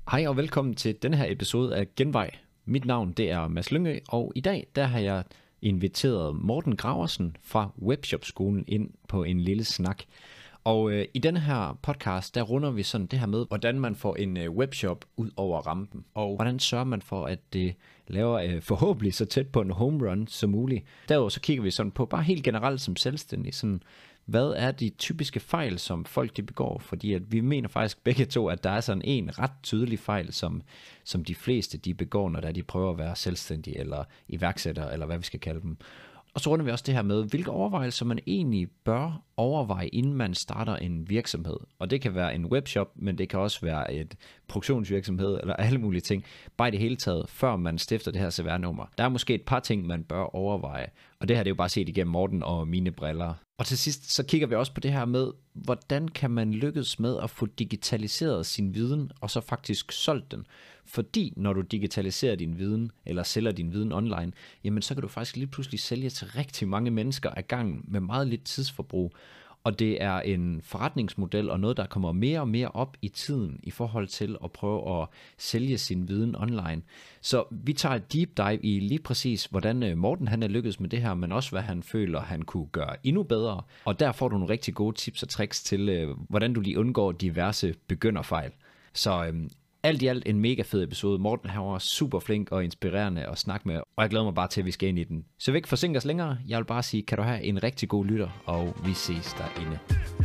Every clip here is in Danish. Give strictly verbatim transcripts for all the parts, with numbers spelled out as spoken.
Hej og velkommen til denne her episode af Genvej. Mit navn det er Mads Lyngø, og i dag der har jeg inviteret Morten Graversen fra Webshop-skolen ind på en lille snak. Og øh, i denne her podcast, der runder vi sådan det her med, hvordan man får en øh, webshop ud over rampen. Og hvordan sørger man for, at det laver øh, forhåbentlig så tæt på en home run som muligt. Derudover så kigger vi sådan på, bare helt generelt som selvstændig, sådan, hvad er de typiske fejl, som folk de begår? Fordi at vi mener faktisk begge to, at der er sådan en ret tydelig fejl, som, som de fleste de begår, når de prøver at være selvstændige eller iværksættere, eller hvad vi skal kalde dem. Og så runder vi også det her med, hvilke overvejelser man egentlig bør overveje, inden man starter en virksomhed. Og det kan være en webshop, men det kan også være et produktionsvirksomhed eller alle mulige ting. Bare i det hele taget, før man stifter det her C V R-nummer. Der er måske et par ting, man bør overveje. Og det her det er jo bare set igennem Morten og mine briller. Og til sidst, så kigger vi også på det her med, hvordan kan man lykkes med at få digitaliseret sin viden, og så faktisk solgt den. Fordi når du digitaliserer din viden, eller sælger din viden online, jamen så kan du faktisk lige pludselig sælge til rigtig mange mennesker ad gangen med meget lidt tidsforbrug. Og det er en forretningsmodel og noget, der kommer mere og mere op i tiden i forhold til at prøve at sælge sin viden online. Så vi tager et deep dive i lige præcis, hvordan Morten han er lykkedes med det her, men også hvad han føler, han kunne gøre endnu bedre. Og der får du nogle rigtig gode tips og tricks til, hvordan du lige undgår diverse begynderfejl. Så øhm, alt i alt en mega fed episode. Morten han var super flink og inspirerende at snakke med, og jeg glæder mig bare til, at vi skal ind i den. Så vi ikke forsinker os længere. Jeg vil bare sige, kan du have en rigtig god lytter, og vi ses derinde.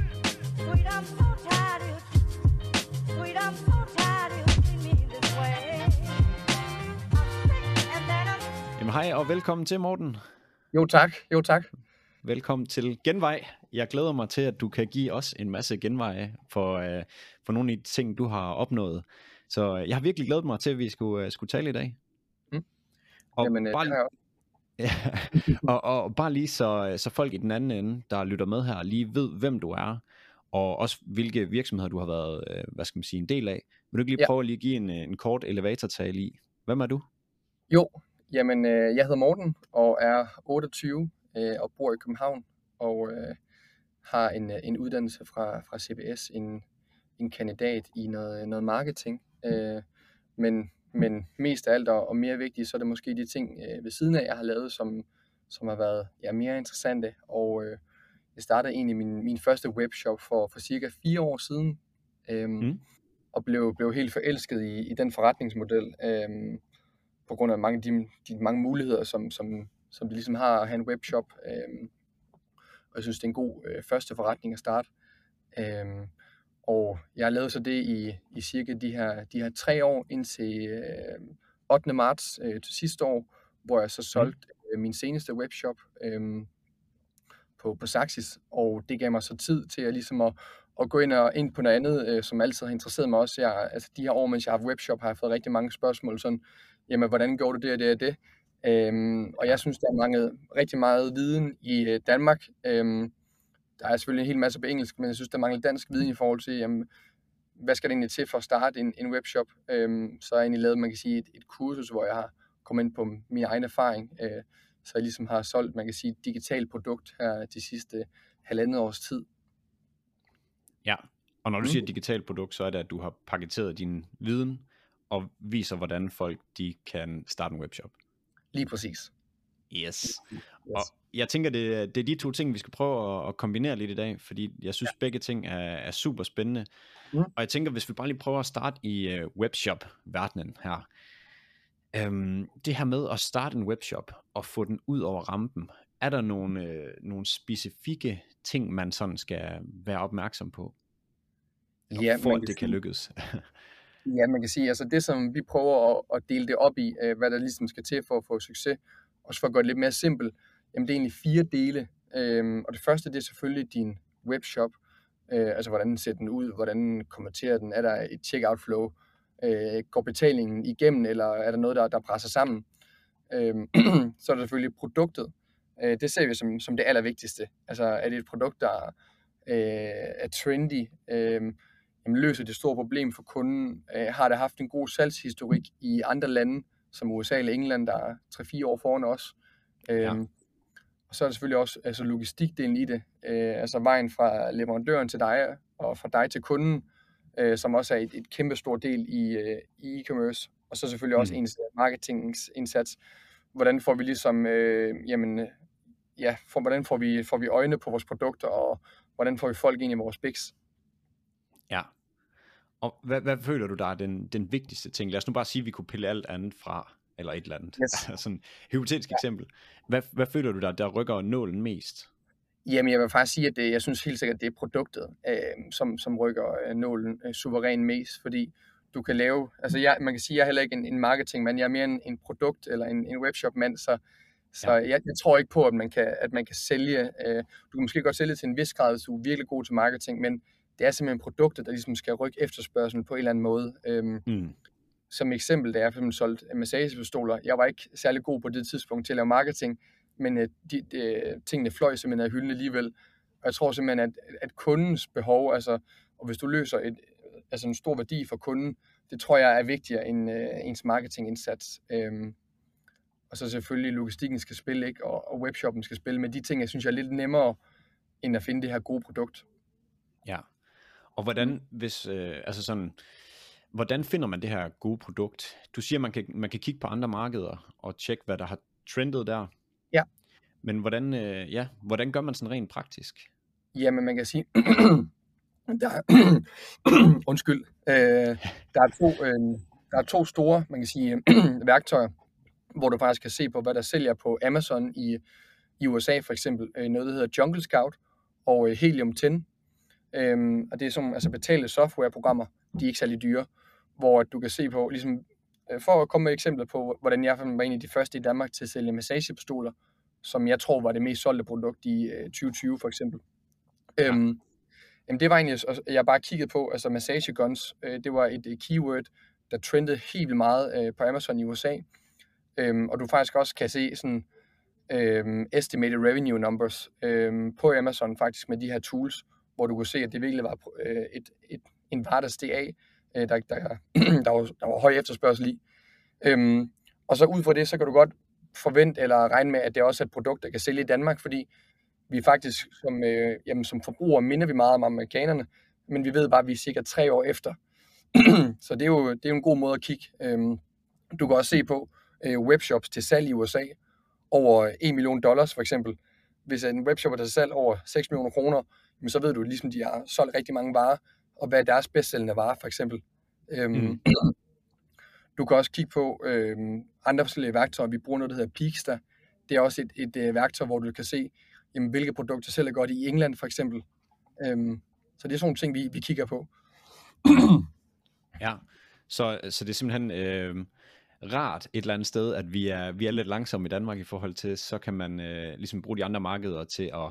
Jamen hej og velkommen til, Morten. Jo tak, jo tak. Velkommen til Genvej. Jeg glæder mig til, at du kan give os en masse genveje for, øh, for nogle af de ting, du har opnået. Så jeg har virkelig glædet mig til, at vi skulle, uh, skulle tale i dag. Mm. Og, Jamen, bare, det har jeg også. Ja, og, og bare lige så, så folk i den anden ende, der lytter med her, lige ved, hvem du er, og også hvilke virksomheder du har været, hvad skal man sige, en del af. Vil du ikke lige Ja. prøve at lige give en, en kort elevatortale i? Hvem er du? Jo, jamen jeg hedder Morten og er otteogtyve og bor i København og øh, har en, en uddannelse fra, fra C B S, en, en kandidat i noget, noget marketing. Øh, men, men mest af alt og, og mere vigtigt, så er det måske de ting øh, ved siden af, jeg har lavet, som, som har været ja, mere interessante. Og øh, jeg startede egentlig min, min første webshop for, for cirka fire år siden, øh, mm. og blev, blev helt forelsket i, i den forretningsmodel, øh, på grund af mange af de, de mange muligheder, som, som, som det ligesom har at have en webshop. Øh, og jeg synes, det er en god øh, første forretning at starte. Øh, Og jeg har lavet så det i, i cirka de her, de her tre år indtil øh, ottende marts øh, til sidste år, hvor jeg så solgte øh, min seneste webshop øh, på, på Saxis. Og det gav mig så tid til at, ligesom at, at gå ind, og, ind på noget andet, øh, som altid har interesseret mig også. Jeg, altså de her år, mens jeg har haft webshop, har jeg fået rigtig mange spørgsmål. Sådan, jamen, hvordan gjorde du det og det og det? Øh, og jeg synes, der er manglet rigtig meget viden i øh, Danmark. Øh, Der er selvfølgelig en hel masse på engelsk, men jeg synes, der mangler dansk viden i forhold til, jamen, hvad skal det egentlig til for at starte en, en webshop. Øhm, så har jeg egentlig lavet, man kan sige, et, et kursus, hvor jeg har kommet ind på min egen erfaring. Øh, så jeg ligesom har solgt, man kan sige, et digitalt produkt her de sidste halvandet års tid. Ja, og når du mm. siger digitalt produkt, så er det, at du har paketeret din viden og viser, hvordan folk de kan starte en webshop. Lige præcis. Yes. yes. Og jeg tænker, det, det er de to ting, vi skal prøve at kombinere lidt i dag, fordi jeg synes, ja. begge ting er, er super spændende. Mm. Og jeg tænker, hvis vi bare lige prøver at starte i uh, webshop-verdenen her. Um, det her med at starte en webshop og få den ud over rampen, er der nogle, øh, nogle specifikke ting, man sådan skal være opmærksom på, ja, for at det sige, kan lykkes? Ja, man kan sige, altså det, som vi prøver at, at dele det op i, hvad der ligesom skal til for at få succes, og for at gøre det lidt mere simpelt, jamen det er egentlig fire dele. Øhm, og det første, det er selvfølgelig din webshop. Øh, altså hvordan ser den ud, hvordan konverterer den, er der et checkout flow, øh, går betalingen igennem, eller er der noget, der, der presser sammen. Øhm, så er der selvfølgelig produktet. Øh, det ser vi som, som det allervigtigste. Altså er det et produkt, der øh, er trendy, øh, jamen, løser det store problem for kunden, øh, har det haft en god salgshistorik i andre lande, som U S A eller England, der er tre fire år foran os. Ja. Øhm, og så er der selvfølgelig også altså logistikdelen i det, øh, altså vejen fra leverandøren til dig, og fra dig til kunden. øh, som også er et, et kæmpe stor del i, øh, i e-commerce, og så selvfølgelig også Mm. ens marketingindsats. Hvordan får vi ligesom, øh, jamen, ja, for, hvordan får vi, får vi øjne på vores produkter, og hvordan får vi folk ind i vores biks? Ja. Og hvad, hvad føler du der er den, den vigtigste ting? Lad os nu bare sige, at vi kunne pille alt andet fra, eller et eller andet. Yes. Sådan et hypotetisk ja. eksempel. Hvad, hvad føler du der, der rykker nålen mest? Jamen, jeg vil faktisk sige, at det, jeg synes helt sikkert, at det er produktet, øh, som, som rykker øh, nålen øh, suveræn mest, fordi du kan lave, altså jeg, man kan sige, at jeg er heller ikke en, en marketingmand, jeg er mere en, en produkt- eller en, en webshop-mand, så, så ja. jeg, jeg tror ikke på, at man kan, at man kan sælge, øh, du kan måske godt sælge til en vis grad, hvis du er virkelig god til marketing, men det er simpelthen produktet, der ligesom skal rykke efterspørgselen på en eller anden måde. Øhm, mm. Som eksempel, da jeg for eksempel solgte massagepistoler, jeg var ikke særlig god på det tidspunkt til at lave marketing, men øh, de, de, tingene fløj simpelthen af hylden alligevel. Og jeg tror simpelthen, at, at kundens behov, altså, og hvis du løser et, altså en stor værdi for kunden, det tror jeg er vigtigere end øh, ens marketingindsats. Øhm, og så selvfølgelig logistikken skal spille, ikke? Og, og webshoppen skal spille, men de ting, jeg synes, jeg er lidt nemmere, end at finde det her gode produkt. Ja, og hvordan, hvis, øh, altså sådan, hvordan finder man det her gode produkt? Du siger, man kan, man kan kigge på andre markeder og tjekke, hvad der har trendet der. Ja. Men hvordan, øh, ja, hvordan gør man sådan rent praktisk? Jamen, man kan sige, der er, undskyld, øh, der, er to, øh, der er to store, man kan sige, værktøjer, hvor du faktisk kan se på, hvad der sælger på Amazon i, i U S A for eksempel. Øh, noget, der hedder Jungle Scout og øh, Helium ti. Øhm, og det er sådan, altså betalte softwareprogrammer, de er ikke særlig dyre, hvor du kan se på, ligesom, øh, for at komme med eksempler på, hvordan jeg var en af de første i Danmark til at sælge massagepistoler, som jeg tror var det mest solgte produkt i øh, tyve tyve for eksempel. Ja. Øhm, jamen det var egentlig, jeg bare kiggede på, altså massage guns, øh, det var et, et keyword, der trendede helt vildt meget øh, på Amazon i U S A, øhm, og du faktisk også kan se sådan øhm, estimated revenue numbers øhm, på Amazon faktisk med de her tools, hvor du kunne se, at det virkelig var øh, et, et, en vare, der steg af, øh, der, der, der, var, der var høj efterspørgsel i. Øhm, og så ud fra det, så kan du godt forvente eller regne med, at det også er et produkt, der kan sælge i Danmark, fordi vi faktisk som, øh, jamen, som forbrugere minder vi meget om amerikanerne, men vi ved bare, at vi er cirka tre år efter. Så det er, jo, det er jo en god måde at kigge. Øhm, du kan også se på øh, webshops til salg i U S A over en million dollars for eksempel. Hvis en webshop er til salg over seks millioner kroner, men så ved du ligesom, de har solgt rigtig mange varer, og hvad er deres bedstsælgende varer, for eksempel. Øhm, mm. Du kan også kigge på øhm, andre forskellige værktøjer. Vi bruger noget, der hedder Peakster. Det er også et, et, et værktøj, hvor du kan se, jamen, hvilke produkter sælger godt i England, for eksempel. Øhm, så det er sådan nogle ting, vi, vi kigger på. Ja, så, så det er simpelthen øh, rart et eller andet sted, at vi er, vi er lidt langsomme i Danmark i forhold til, så kan man øh, ligesom bruge de andre markeder til at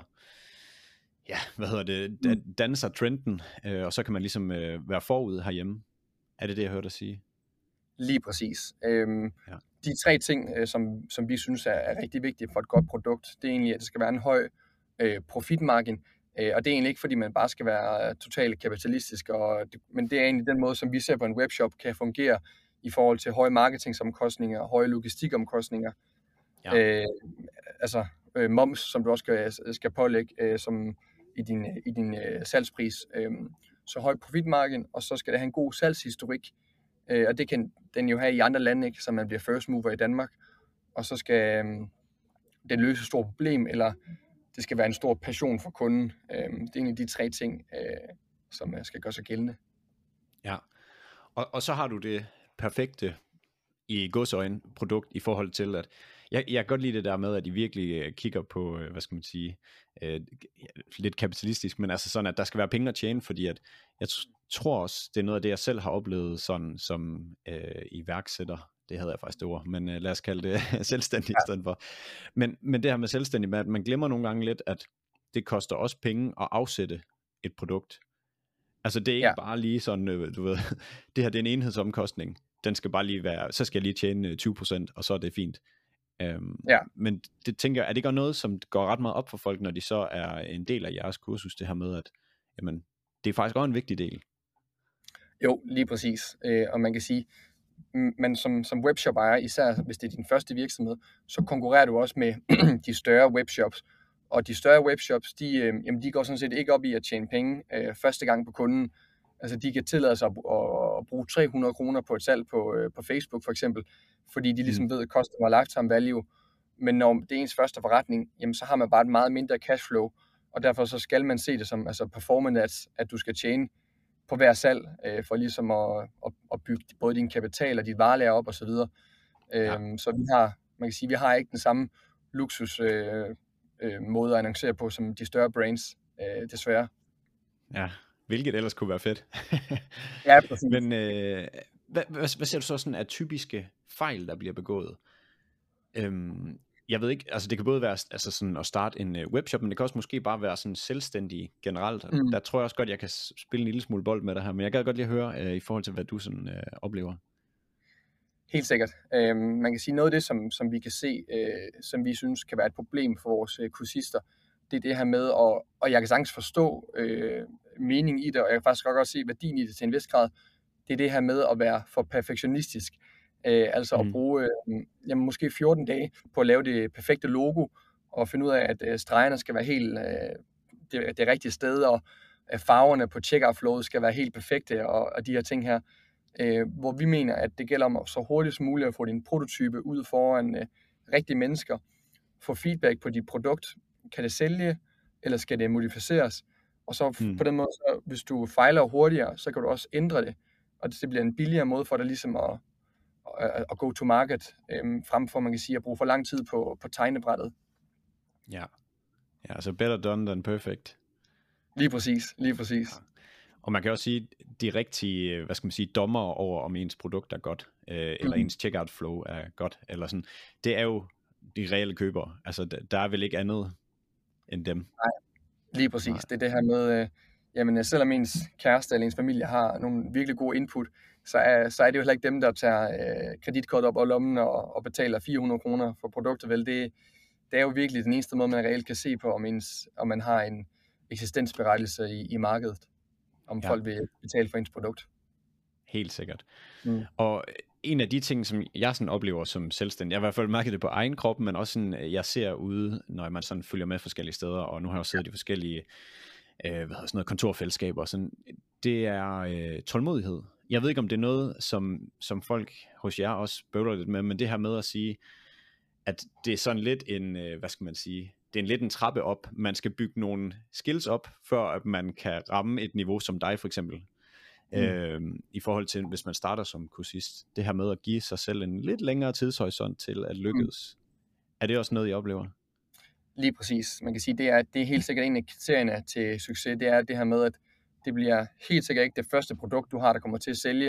ja, hvad hedder det, danne sig trenden, øh, og så kan man ligesom øh, være forud herhjemme. Er det det, jeg hørte dig sige? Lige præcis. Øhm, ja. De tre ting, øh, som, som vi synes er, er rigtig vigtige for et godt produkt, det er egentlig, at det skal være en høj øh, profitmargin, øh, og det er egentlig ikke, fordi man bare skal være totalt kapitalistisk, og, men det er egentlig den måde, som vi ser på en webshop kan fungere i forhold til høje marketingsomkostninger og høje logistikomkostninger. Ja. Øh, altså øh, moms, som du også skal, skal pålægge øh, som i din, i din øh, salgspris. Øh, så høj profitmargin, og så skal det have en god salgshistorik, øh, og det kan den jo have i andre lande, ikke, så man bliver first mover i Danmark, og så skal øh, den løse et stort problem, eller det skal være en stor passion for kunden. Øh, det er egentlig de tre ting, øh, som skal gøre sig gældende. Ja, og, og så har du det perfekte i godsøjne produkt i forhold til, at jeg, jeg kan godt lide det der med, at I virkelig kigger på, hvad skal man sige, øh, lidt kapitalistisk, men altså sådan, at der skal være penge at tjene, fordi at jeg tror også, det er noget af det, jeg selv har oplevet sådan som øh, iværksætter. Det hedder jeg faktisk det ord, men øh, lad os kalde det selvstændig i stedet for. Men, men det her med selvstændig, med at man glemmer nogle gange lidt, at det koster også penge at afsætte et produkt. Altså det er ikke ja. bare lige sådan, du ved, det her det er en enhedsomkostning, den skal bare lige være, så skal jeg lige tjene tyve procent, og så er det fint. Øhm, ja. Men det tænker jeg, er det ikke noget, som går ret meget op for folk, når de så er en del af jeres kursus, det her med, at jamen, det er faktisk også en vigtig del? Jo, lige præcis. Øh, og man kan sige, men som, som webshop ejer, især hvis det er din første virksomhed, så konkurrerer du også med de større webshops. Og de større webshops, de, øh, jamen, de går sådan set ikke op i at tjene penge øh, første gang på kunden. Altså de kan tillade sig at, at, at bruge tre hundrede kroner på et salg på, øh, på Facebook for eksempel, fordi de ligesom Mm. ved customer lifetime value. Men når det er ens første forretning, jamen så har man bare et meget mindre cashflow, og derfor så skal man se det som altså performance ads, at du skal tjene på hver salg, øh, for ligesom at, at, at bygge både din kapital og dit varelager op og så videre. Ja. Øhm, så vi har, man kan sige, vi har ikke den samme luksus øh, øh, måde at annoncere på som de større brands, øh, desværre. Ja, hvilket ellers kunne være fedt. Ja, præcis. Men øh, hvad, hvad, hvad ser du så sådan af typiske fejl, der bliver begået? Øhm, jeg ved ikke, altså det kan både være altså sådan at starte en uh, webshop, men det kan også måske bare være sådan selvstændig generelt. Mm. Der tror jeg også godt, jeg kan spille en lille smule bold med det her, men jeg gad godt lige at høre uh, i forhold til, hvad du sådan uh, oplever. Helt sikkert. Øhm, man kan sige, noget af det, som, som vi kan se, øh, som vi synes kan være et problem for vores øh, kursister, det er det her med, og, og jeg kan sagtens forstå øh, mening i det, og jeg kan faktisk godt se værdien i det til en vis grad, det er det her med at være for perfektionistisk. Øh, altså mm. at bruge øh, jamen, måske fjorten dage på at lave det perfekte logo, og finde ud af, at øh, stregerne skal være helt øh, det, det rigtige sted, og øh, farverne på checkout-flowet skal være helt perfekte, og, og de her ting her. Øh, hvor vi mener, at det gælder om at så hurtigt som muligt at få din prototype ud foran øh, rigtige mennesker, få feedback på dit produkt. Kan det sælge, eller skal det modificeres? Og så mm. på den måde, så, hvis du fejler hurtigere, så kan du også ændre det, og det bliver en billigere måde for dig ligesom at, at, at go to market, øh, frem for, man kan sige, at bruge for lang tid på, på tegnebrættet. Ja, ja, altså better done than perfect. Lige præcis, lige præcis. Ja. Og man kan også sige, de rigtige, hvad skal man sige, dommer over, om ens produkt er godt, øh, eller mm. ens checkout flow er godt, eller sådan, det er jo de reelle købere. Altså, der er vel ikke andet end dem. Nej, lige præcis. Nej. Det er det her med, øh, jamen selvom ens kæreste eller ens familie har nogle virkelig gode input, så er, så er det jo heller ikke dem, der tager øh, kreditkort op over lommen og, og betaler fire hundrede kroner for produktet. Vel, det, det er jo virkelig den eneste måde, man reelt kan se på, om, ens, om man har en eksistensberettigelse i, i markedet. Om ja. folk vil betale for ens produkt. Helt sikkert. Mm. Og en af de ting, som jeg sådan oplever som selvstændig, jeg har i hvert fald mærket det på egen krop, men også sådan, jeg ser ude, når man sådan følger med forskellige steder, og nu har jeg også siddet i forskellige øh, hvad hedder sådan noget, kontorfællesskaber, sådan, det er øh, tålmodighed. Jeg ved ikke, om det er noget, som, som folk hos jer også bøvler lidt med, men det her med at sige, at det er sådan lidt en, øh, hvad skal man sige, det er en lidt en trappe op. Man skal bygge nogle skills op, før at man kan ramme et niveau som dig for eksempel. Mm. Øhm, I forhold til, hvis man starter som kursist. Det her med at give sig selv en lidt længere tidshorisont til at lykkes. Mm. Er det også noget, I oplever? Lige præcis. Man kan sige, det er, det er helt sikkert en af kriterierne til succes. Det er det her med, at det bliver helt sikkert ikke det første produkt, du har, der kommer til at sælge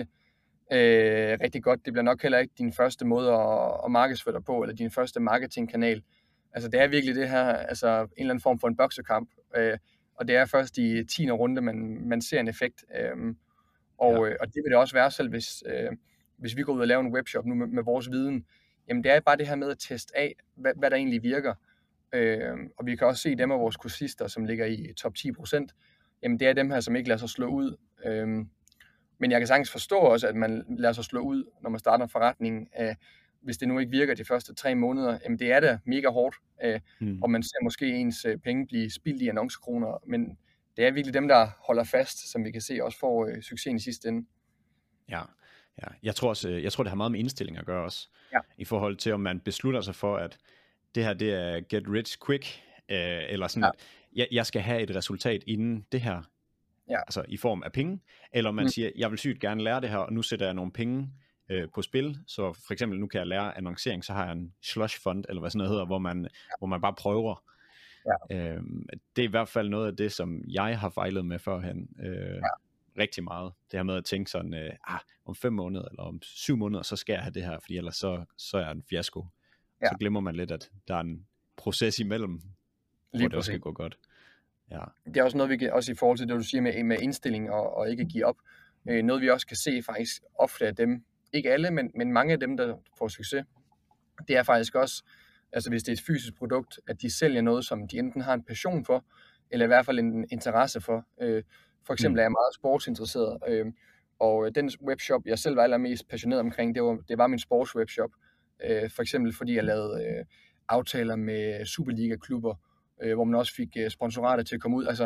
øh, rigtig godt. Det bliver nok heller ikke din første måde at, at markedsføre dig på, eller din første marketingkanal. Altså det er virkelig det her, altså en eller anden form for en boksekamp, øh, og det er først i tiende runde, man, man ser en effekt, øh, og, ja. øh, og det vil det også være selv, hvis, øh, hvis vi går ud og laver en webshop nu med, med vores viden, jamen det er bare det her med at teste af, hvad, hvad der egentlig virker, øh, og vi kan også se dem af vores kursister, som ligger i top ti procent, jamen det er dem her, som ikke lader sig slå ud, øh, men jeg kan sagtens forstå også, at man lader sig slå ud, når man starter en forretning, øh, hvis det nu ikke virker de første tre måneder, jamen det er da mega hårdt, øh, mm. og man ser måske ens øh, penge blive spildt i annoncekroner, men det er virkelig dem, der holder fast, som vi kan se også får øh, succesen i sidste ende. Ja, ja. Jeg tror også, jeg tror det har meget med indstilling at gøre også, ja. i forhold til om man beslutter sig for, at det her det er get rich quick, øh, eller sådan, ja. at jeg, jeg skal have et resultat inden det her, ja. altså i form af penge, eller om man mm. siger, jeg vil sygt gerne lære det her, og nu sætter jeg nogle penge på spil, så for eksempel nu kan jeg lære annoncering, så har jeg en slush fund, eller hvad sådan noget hedder, hvor man, ja. hvor man bare prøver. Ja. Øhm, det er i hvert fald noget af det, som jeg har fejlet med førhen, øh, ja. rigtig meget. Det her med at tænke sådan, øh, ah, om fem måneder, eller om syv måneder, så skal jeg have det her, fordi ellers så, så er jeg en fiasko. Ja. Så glemmer man lidt, at der er en proces imellem, lige hvor det også skal gå godt. Ja. Det er også noget, vi kan, også i forhold til det, du siger med, med indstilling og, og ikke give op, øh, noget vi også kan se faktisk ofte af dem, ikke alle, men, men mange af dem, der får succes, det er faktisk også, altså hvis det er et fysisk produkt, at de sælger noget, som de enten har en passion for, eller i hvert fald en interesse for. Øh, for eksempel er jeg meget sportsinteresseret, øh, og den webshop, jeg selv var allermest passioneret omkring, det var, det var min sportswebshop. Øh, for eksempel fordi jeg lavede øh, aftaler med Superliga-klubber, øh, hvor man også fik øh, sponsorater til at komme ud. Altså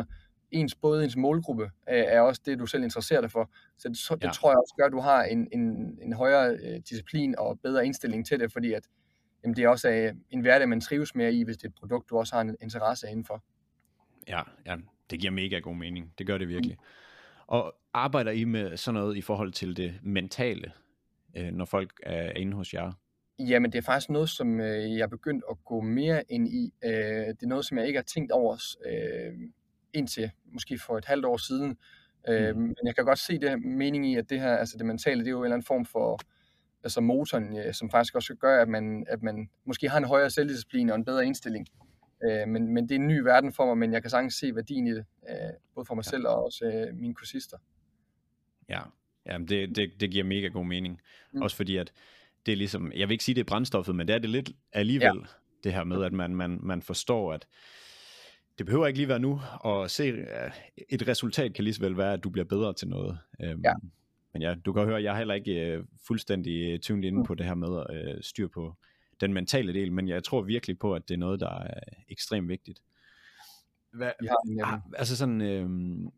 ens, både ens målgruppe øh, er også det, du selv interesserer dig for. Så det, det Ja. tror jeg også gør, at du har en, en, en højere øh, disciplin og bedre indstilling til det, fordi at, jamen, det er også øh, en hverdag, man trives mere i, hvis det er et produkt, du også har en interesse indenfor. Ja, ja, det giver mega god mening. Det gør det virkelig. Og arbejder I med sådan noget i forhold til det mentale, øh, når folk er inde hos jer? Jamen, det er faktisk noget, som øh, jeg er begyndt at gå mere ind i. Øh, det er noget, som jeg ikke har tænkt over øh, indtil måske for et halvt år siden. Øh, Mm. Men jeg kan godt se det mening i, at det her, altså det mentale, det er jo en eller anden form for altså motoren, øh, som faktisk også gør, at man, at man måske har en højere selvdisciplin og en bedre indstilling. Øh, men, men det er en ny verden for mig, men jeg kan sagtens se værdien i det, øh, både for mig Ja. selv og også øh, mine kursister. Ja, jamen det, det, det giver mega god mening. Mm. Også fordi, at det er ligesom, jeg vil ikke sige, det er brændstoffet, men det er det lidt alligevel, ja. Det her med, at man, man, man forstår, at det behøver ikke lige være nu, og se, et resultat kan lige så vel være, at du bliver bedre til noget. Øhm, Ja. Men ja, du kan høre, jeg er heller ikke uh, fuldstændig tuned inde Mm. på det her med at uh, styr på den mentale del, men jeg tror virkelig på, at det er noget, der er ekstremt vigtigt. Hvad, Vi har en, ah, øhm, altså sådan, øhm,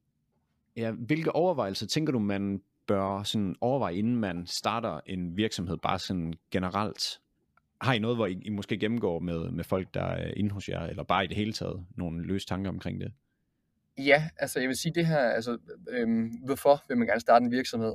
ja, hvilke overvejelser tænker du, man bør sådan overveje, inden man starter en virksomhed, bare sådan generelt? Har I noget, hvor I, I måske gennemgår med, med folk, der er inde hos jer, eller bare i det hele taget nogle løse tanker omkring det? Ja, altså jeg vil sige det her, altså øhm, hvorfor vil man gerne starte en virksomhed?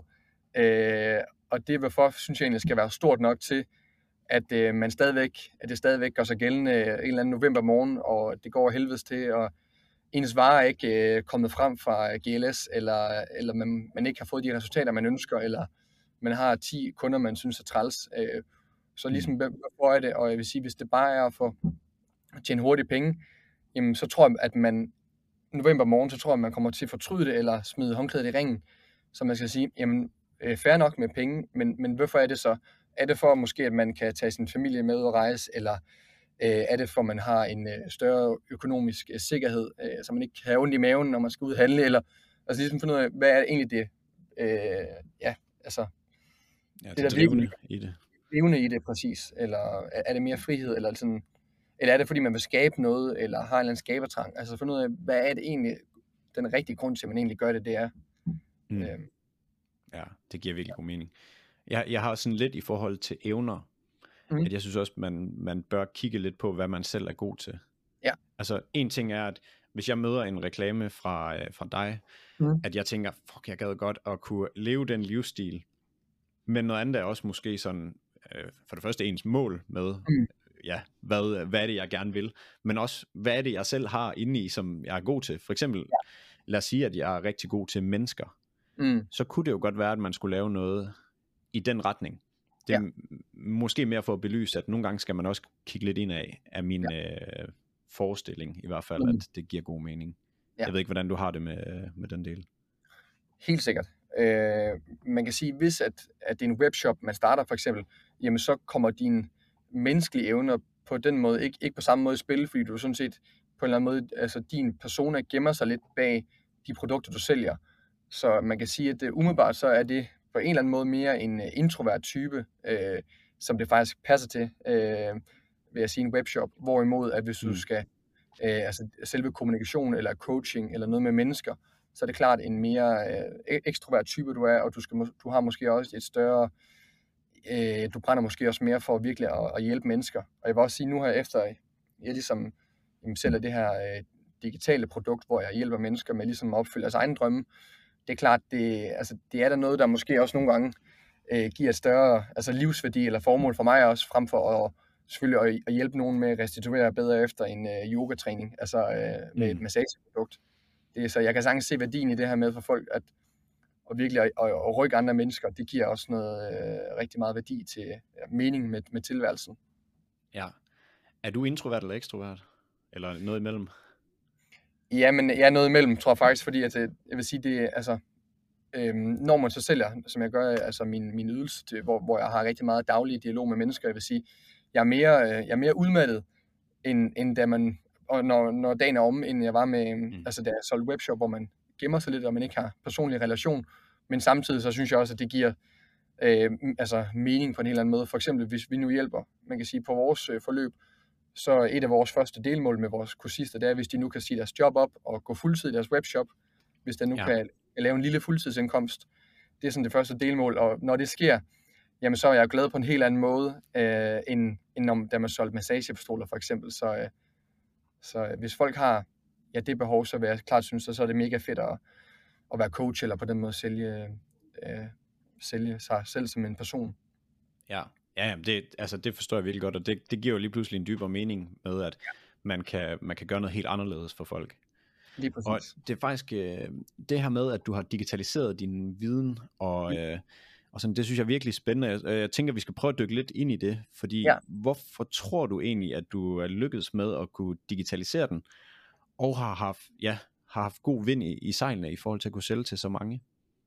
Øh, og det hvorfor synes jeg egentlig skal være stort nok til, at øh, man stadigvæk, at det stadigvæk gør sig gældende en eller anden november morgen, og det går helvedes til, og ens varer er ikke øh, kommet frem fra G L S, eller, eller man, man ikke har fået de resultater, man ønsker, eller man har ti kunder, man synes er træls. Øh, så ligesom, hvorfor er det? Og jeg vil sige, hvis det bare er for at tjene hurtige penge, jamen så tror jeg, at man november morgen, så tror jeg, man kommer til at fortryde det, eller smide håndklædet i ringen. Så man skal sige, jamen, øh, fair nok med penge, men, men hvorfor er det så? Er det for måske, at man kan tage sin familie med ud og rejse, eller øh, er det for, at man har en øh, større økonomisk øh, sikkerhed, øh, så man ikke kan have ondt i maven, når man skal ud og handle, eller altså ligesom finde ud af, hvad er egentlig det, øh, ja, altså, Ja, det, det der drivende virkelig- i det. levende i det præcis, eller er er det mere frihed, eller sådan, eller er det fordi man vil skabe noget, eller har en eller anden skabertrang, altså finde ud af, hvad er det egentlig, den rigtige grund til, at man egentlig gør det, det er. Mm. Øhm, Ja, det giver virkelig god mening. Jeg, jeg har sådan lidt i forhold til evner, Mhm. at jeg synes også, man, man bør kigge lidt på, hvad man selv er god til. Ja. Altså, en ting er, at hvis jeg møder en reklame fra, øh, fra dig, Mhm. at jeg tænker, fuck, jeg gad godt at kunne leve den livsstil. Men noget andet er også måske sådan, øh, for det første ens mål med, Mm. ja, hvad, hvad er det, jeg gerne vil, men også, hvad er det, jeg selv har inde i, som jeg er god til. For eksempel, ja. Lad os sige, at jeg er rigtig god til mennesker. Mm. Så kunne det jo godt være, at man skulle lave noget i den retning. Det er Ja. m- måske mere for at belyse, at nogle gange skal man også kigge lidt ind af, af min ja. øh, forestilling, i hvert fald, Mm. at det giver god mening. Ja. Jeg ved ikke, hvordan du har det med, med den del. Helt sikkert. Øh, man kan sige, hvis at, at det er en webshop, man starter for eksempel, jamen så kommer dine menneskelige evner på den måde ikke, ikke på samme måde i spil, fordi du sådan set på en eller anden måde, altså din persona gemmer sig lidt bag de produkter, du sælger. Så man kan sige, at det, umiddelbart så er det på en eller anden måde mere en uh, introvert type, øh, som det faktisk passer til, øh, vil jeg sige, en webshop. Hvorimod, at hvis du Mm. skal, øh, altså selve kommunikation eller coaching eller noget med mennesker, så er det klart en mere øh, ekstrovert type, du er, og du, skal, mås- du har måske også et større, øh, du brænder måske også mere for virkelig at, at hjælpe mennesker. Og jeg vil også sige, nu her efter, jeg ligesom jamen, sælger det her øh, digitale produkt, hvor jeg hjælper mennesker med ligesom at opfylde deres egne drømme, det er klart, det, altså, det er der noget, der måske også nogle gange øh, giver et større altså livsværdi eller formål for mig også, frem for at selvfølgelig at, at hjælpe nogen med at restituere bedre efter en øh, yogatræning, altså øh, med Mm. et massageprodukt. Det er, så jeg kan sagtens se værdien i det her med for folk, at og virkelig at, at, at rykke andre mennesker, det giver også noget øh, rigtig meget værdi til ja, mening med, med tilværelsen. Ja. Er du introvert eller ekstrovert? Eller noget imellem? Ja, men jeg er noget imellem, tror jeg faktisk, fordi at, øh, jeg vil sige, det er, altså, øhm, når man så sælger, som jeg gør, altså min, min ydelse, til, hvor, hvor jeg har rigtig meget daglig dialog med mennesker, jeg vil sige, jeg er mere, øh, jeg er mere udmattet, end, end da man, og når, når dagen er om, end jeg var med, mm. altså da jeg solgte webshop, hvor man gemmer sig lidt, og man ikke har personlig relation, men samtidig så synes jeg også, at det giver øh, altså mening på en helt anden måde. For eksempel, hvis vi nu hjælper, man kan sige, på vores øh, forløb, så et af vores første delmål med vores kursister, det er, hvis de nu kan sige deres job op og gå fuldtid i deres webshop, hvis der nu ja. kan lave en lille fuldtidsindkomst. Det er sådan det første delmål, og når det sker, jamen så er jeg glad på en helt anden måde, øh, end, end om da man solgte massagepistoler for eksempel. Så, øh, så øh, hvis folk har ja, det behov, så vil jeg klart synes, at så er det mega fedt at, at være coach, eller på den måde sælge, øh, sælge sig selv som en person. Ja, ja det, altså det forstår jeg virkelig godt, og det, det giver jo lige pludselig en dybere mening med, at man kan, man kan gøre noget helt anderledes for folk. Lige præcis. Og det er faktisk øh, det her med, at du har digitaliseret din viden, og, øh, og sådan, det synes jeg er virkelig spændende. Jeg, jeg tænker, at vi skal prøve at dykke lidt ind i det, fordi ja. Hvorfor tror du egentlig, at du er lykkedes med at kunne digitalisere den, og har haft, ja, har haft god vind i, i sejlene i forhold til at kunne sælge til så mange?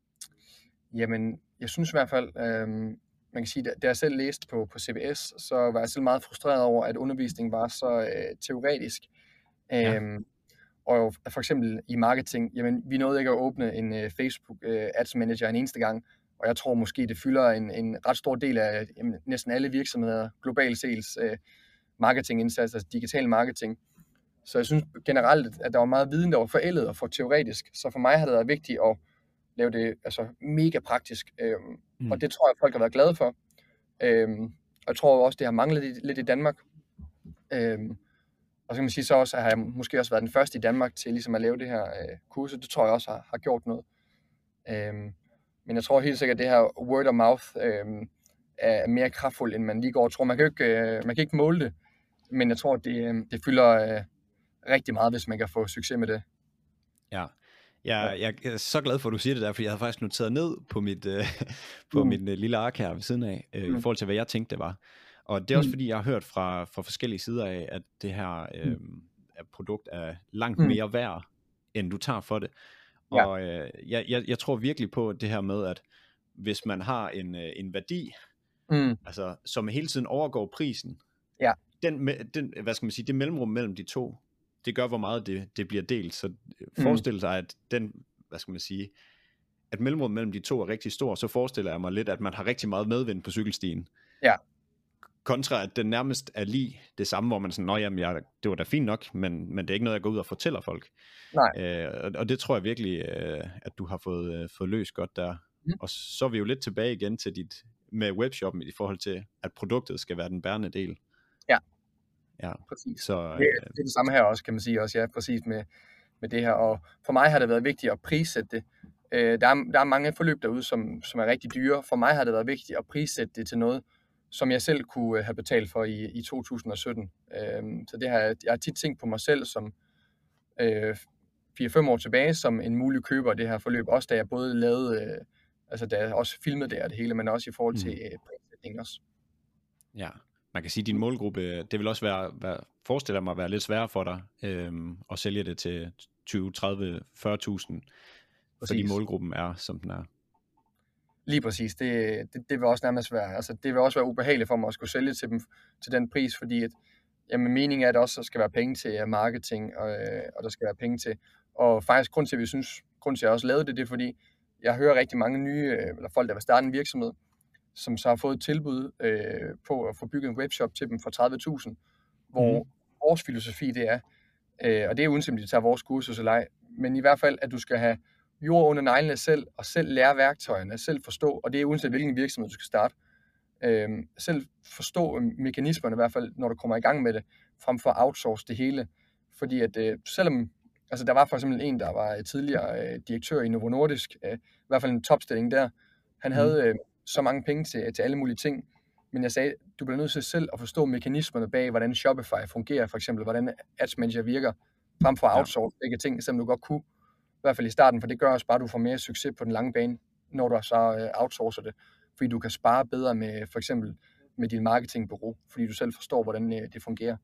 Jamen, jeg synes i hvert fald, øh, man kan sige, da jeg selv læste på, på C B S, så var jeg selv meget frustreret over, at undervisningen var så øh, teoretisk. Ja. Øhm, og for eksempel i marketing, jamen vi nåede ikke at åbne en uh, Facebook uh, Ads Manager en eneste gang, og jeg tror måske, det fylder en, en ret stor del af jamen, næsten alle virksomheder, global sales, uh, marketingindsats, altså digital marketing. Så jeg synes generelt, at der var meget viden, der var forældet og for teoretisk, så for mig har det været vigtigt at lave det altså mega praktisk, øhm, mm. og det tror jeg, folk har været glade for. Øhm, og jeg tror også, det har manglet lidt i Danmark. Øhm, Og så kan man sige så også, at jeg måske også været den første i Danmark til ligesom at lave det her øh, kursus. Det tror jeg også har, har gjort noget. Øhm, men jeg tror helt sikkert, at det her word of mouth øhm, er mere kraftfuldt, end man lige går og tror. Man kan ikke, øh, man kan ikke måle det, men jeg tror, det, øh, det fylder øh, rigtig meget, hvis man kan få succes med det. Ja. Jeg, jeg er så glad for, at du siger det der, for jeg havde faktisk noteret ned på mit, øh, på mm. mit øh, lille ark her ved siden af, øh, mm. i forhold til, hvad jeg tænkte, det var. Og det er også fordi, jeg har hørt fra, fra forskellige sider af, at det her øh, produkt er langt mm. mere værd, end du tager for det. Ja. Og øh, jeg, jeg, jeg tror virkelig på det her med, at hvis man har en, øh, en værdi, mm. altså, som hele tiden overgår prisen, ja. den, den, hvad skal man sige, det mellemrum mellem de to, det gør, hvor meget det, det bliver delt. Så forestil dig, at den, hvad skal man sige, at mellemrum mellem de to er rigtig stor, så forestiller jeg mig lidt, at man har rigtig meget medvind på cykelstien. Ja. Kontra at den nærmest er lige det samme, hvor man sådan, nå jamen, jeg, det var da fint nok, men, men det er ikke noget, jeg går ud og fortæller folk. Nej. Øh, og det tror jeg virkelig, øh, at du har fået, øh, fået løst godt der. Mm. Og så er vi jo lidt tilbage igen til dit, med webshoppen i forhold til, at produktet skal være den bærende del. Ja, ja. Præcis. Så, det, det er det samme her også, kan man sige også, ja, præcis med, med det her. Og for mig har det været vigtigt at prissætte det. Øh, der, er, der er mange forløb derude, som, som er rigtig dyre. For mig har det været vigtigt at prissætte det til noget, som jeg selv kunne have betalt for i, i to tusind og sytten. Øhm, så det har jeg, jeg har tit tænkt på mig selv som øh, fire fem år tilbage, som en mulig køber af det her forløb. Også da jeg både lavede, øh, altså da jeg også filmede det og det hele, men også i forhold til øh, prissætning også. Ja, man kan sige, at din målgruppe, det vil også være, være forestiller mig at være lidt sværere for dig øh, at sælge det til tyve, tredive, fyrre tusind, fordi målgruppen er, som den er. Lige præcis, det, det, det vil også nærmest være, altså det vil også være ubehageligt for mig at skulle sælge til dem til den pris, fordi at, jamen, meningen er, at der også skal være penge til marketing, og, og der skal være penge til, og faktisk grund til, at vi synes, grund til, at jeg også lavede det, det er fordi, jeg hører rigtig mange nye, eller folk, der vil starte en virksomhed, som så har fået et tilbud øh, på at få bygget en webshop til dem for tredive tusind, hvor mm. vores filosofi det er, øh, og det er uanset om de tager vores kursus eller ej, men i hvert fald, at du skal have jord under neglene selv, og selv lære værktøjerne, selv forstå, og det er uanset hvilken virksomhed du skal starte, øhm, selv forstå mekanismerne i hvert fald, når du kommer i gang med det, frem for at outsource det hele. Fordi at øh, selvom, altså der var for eksempel en, der var tidligere øh, direktør i Novo Nordisk, øh, i hvert fald en topstilling der, han havde øh, så mange penge til, til alle mulige ting, men jeg sagde, du bliver nødt til selv at forstå mekanismerne bag, hvordan Shopify fungerer, for eksempel, hvordan Ads Manager virker, frem for at outsource begge ting, selvom du godt kunne, i hvert fald i starten, for det gør også bare, at du får mere succes på den lange bane, når du så outsourcer det. Fordi du kan spare bedre med, for eksempel med din marketingbureau, fordi du selv forstår, hvordan det fungerer.